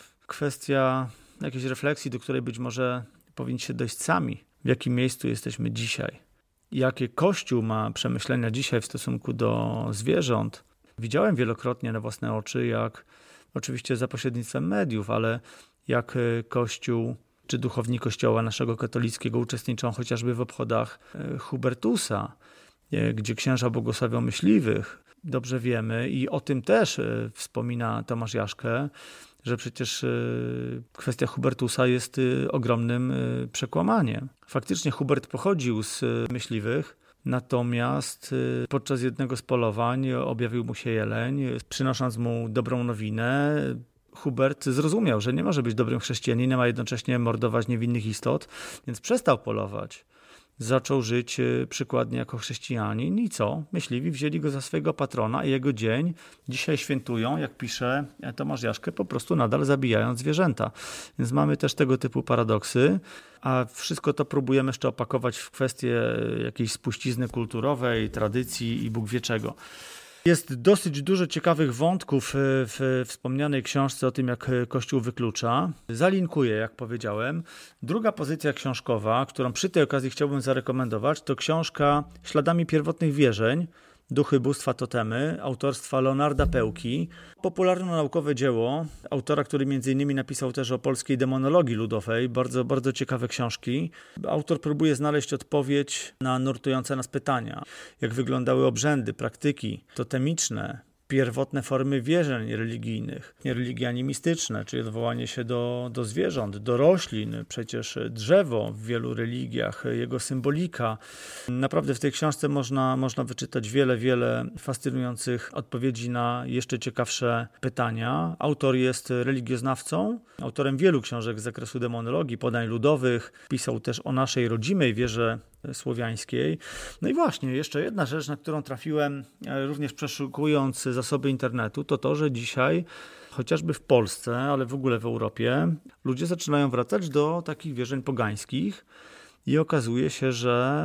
kwestia jakiejś refleksji, do której być może powinniście dojść sami, w jakim miejscu jesteśmy dzisiaj. Jakie Kościół ma przemyślenia dzisiaj w stosunku do zwierząt. Widziałem wielokrotnie na własne oczy, jak oczywiście za pośrednictwem mediów, ale jak Kościół czy duchowni Kościoła naszego katolickiego uczestniczą chociażby w obchodach Hubertusa, gdzie księża błogosławią myśliwych. Dobrze wiemy i o tym też wspomina Tomasz Jaszkę, że przecież kwestia Hubertusa jest ogromnym przekłamaniem. Faktycznie Hubert pochodził z myśliwych, natomiast podczas jednego z polowań objawił mu się jeleń, przynosząc mu dobrą nowinę. Hubert zrozumiał, że nie może być dobrym chrześcijaninem, a jednocześnie mordować niewinnych istot, więc przestał polować. Zaczął żyć przykładnie jako chrześcijanin i co? Myśliwi wzięli go za swojego patrona i jego dzień dzisiaj świętują, jak pisze Tomasz Jaszkę, po prostu nadal zabijając zwierzęta. Więc mamy też tego typu paradoksy, a wszystko to próbujemy jeszcze opakować w kwestie jakiejś spuścizny kulturowej, tradycji i Bóg wie czego. Jest dosyć dużo ciekawych wątków w wspomnianej książce o tym, jak Kościół wyklucza. Zalinkuję, jak powiedziałem. Druga pozycja książkowa, którą przy tej okazji chciałbym zarekomendować, to książka Śladami pierwotnych wierzeń, Duchy, bóstwa, totemy, autorstwa Leonarda Pełki. Popularno-naukowe dzieło autora, który między innymi napisał też o polskiej demonologii ludowej. Bardzo, bardzo ciekawe książki. Autor próbuje znaleźć odpowiedź na nurtujące nas pytania. Jak wyglądały obrzędy, praktyki totemiczne, pierwotne formy wierzeń religijnych, religii animistyczne, czyli odwołanie się do, do zwierząt, do roślin, przecież drzewo w wielu religiach, jego symbolika. Naprawdę w tej książce można, można wyczytać wiele, wiele fascynujących odpowiedzi na jeszcze ciekawsze pytania. Autor jest religioznawcą, autorem wielu książek z zakresu demonologii, podań ludowych, pisał też o naszej rodzimej wierze słowiańskiej. No i właśnie, jeszcze jedna rzecz, na którą trafiłem również przeszukując zasoby internetu, to to, że dzisiaj chociażby w Polsce, ale w ogóle w Europie, ludzie zaczynają wracać do takich wierzeń pogańskich i okazuje się, że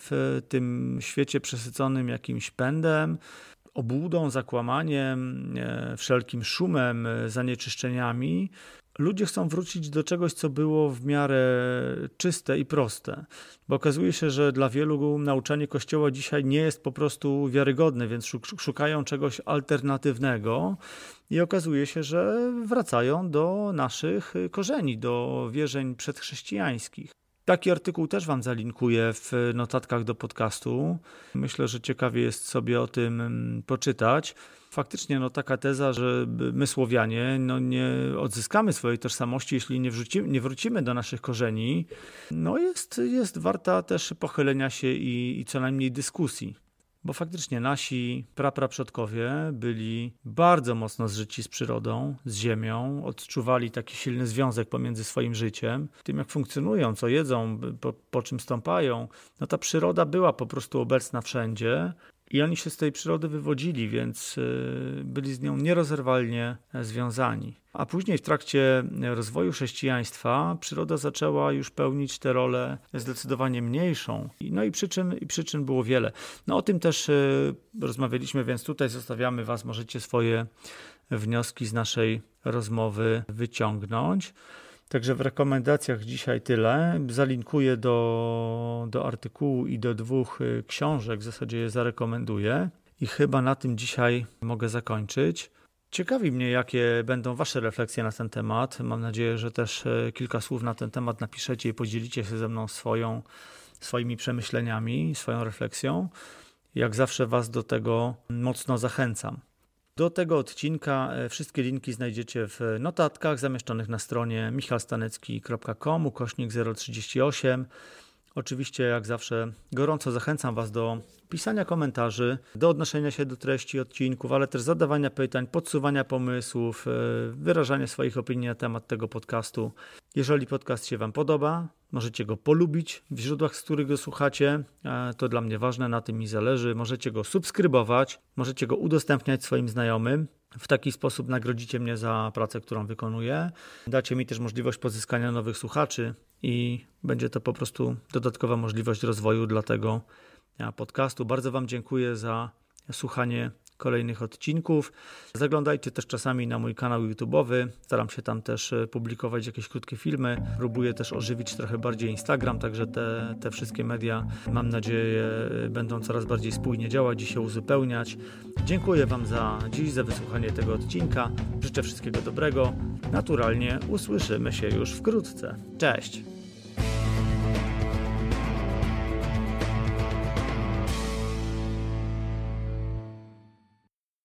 w tym świecie przesyconym jakimś pędem, obłudą, zakłamaniem, wszelkim szumem, zanieczyszczeniami, ludzie chcą wrócić do czegoś, co było w miarę czyste i proste. Bo okazuje się, że dla wielu nauczanie Kościoła dzisiaj nie jest po prostu wiarygodne, więc szukają czegoś alternatywnego i okazuje się, że wracają do naszych korzeni, do wierzeń przedchrześcijańskich. Taki artykuł też Wam zalinkuję w notatkach do podcastu. Myślę, że ciekawie jest sobie o tym poczytać. Faktycznie no, taka teza, że my Słowianie no, nie odzyskamy swojej tożsamości, jeśli nie, wrzucimy, nie wrócimy do naszych korzeni, no jest, jest warta też pochylenia się i, i co najmniej dyskusji. Bo faktycznie nasi prapraprzodkowie byli bardzo mocno zżyci z przyrodą, z ziemią, odczuwali taki silny związek pomiędzy swoim życiem, tym jak funkcjonują, co jedzą, po, po czym stąpają. No ta przyroda była po prostu obecna wszędzie i oni się z tej przyrody wywodzili, więc byli z nią nierozerwalnie związani. A później w trakcie rozwoju chrześcijaństwa przyroda zaczęła już pełnić tę rolę zdecydowanie mniejszą. No i przyczyn, i przyczyn było wiele. No o tym też rozmawialiśmy, więc tutaj zostawiamy Was, możecie swoje wnioski z naszej rozmowy wyciągnąć. Także w rekomendacjach dzisiaj tyle. Zalinkuję do, do artykułu i do dwóch książek, w zasadzie je zarekomenduję. I chyba na tym dzisiaj mogę zakończyć. Ciekawi mnie, jakie będą Wasze refleksje na ten temat. Mam nadzieję, że też kilka słów na ten temat napiszecie i podzielicie się ze mną swoją, swoimi przemyśleniami, swoją refleksją. Jak zawsze Was do tego mocno zachęcam. Do tego odcinka wszystkie linki znajdziecie w notatkach zamieszczonych na stronie michalstanecki kropka com ukośnik zero trzydzieści osiem. Oczywiście jak zawsze gorąco zachęcam Was do pisania komentarzy, do odnoszenia się do treści odcinków, ale też zadawania pytań, podsuwania pomysłów, wyrażania swoich opinii na temat tego podcastu. Jeżeli podcast się Wam podoba, możecie go polubić w źródłach, z których go słuchacie. To dla mnie ważne, na tym mi zależy. Możecie go subskrybować, możecie go udostępniać swoim znajomym. W taki sposób nagrodzicie mnie za pracę, którą wykonuję. Dacie mi też możliwość pozyskania nowych słuchaczy i będzie to po prostu dodatkowa możliwość rozwoju dla tego podcastu. Bardzo Wam dziękuję za słuchanie kolejnych odcinków. Zaglądajcie też czasami na mój kanał YouTube'owy. Staram się tam też publikować jakieś krótkie filmy. Próbuję też ożywić trochę bardziej Instagram, także te, te wszystkie media, mam nadzieję, będą coraz bardziej spójnie działać i się uzupełniać. Dziękuję Wam za dziś, za wysłuchanie tego odcinka. Życzę wszystkiego dobrego. Naturalnie usłyszymy się już wkrótce. Cześć!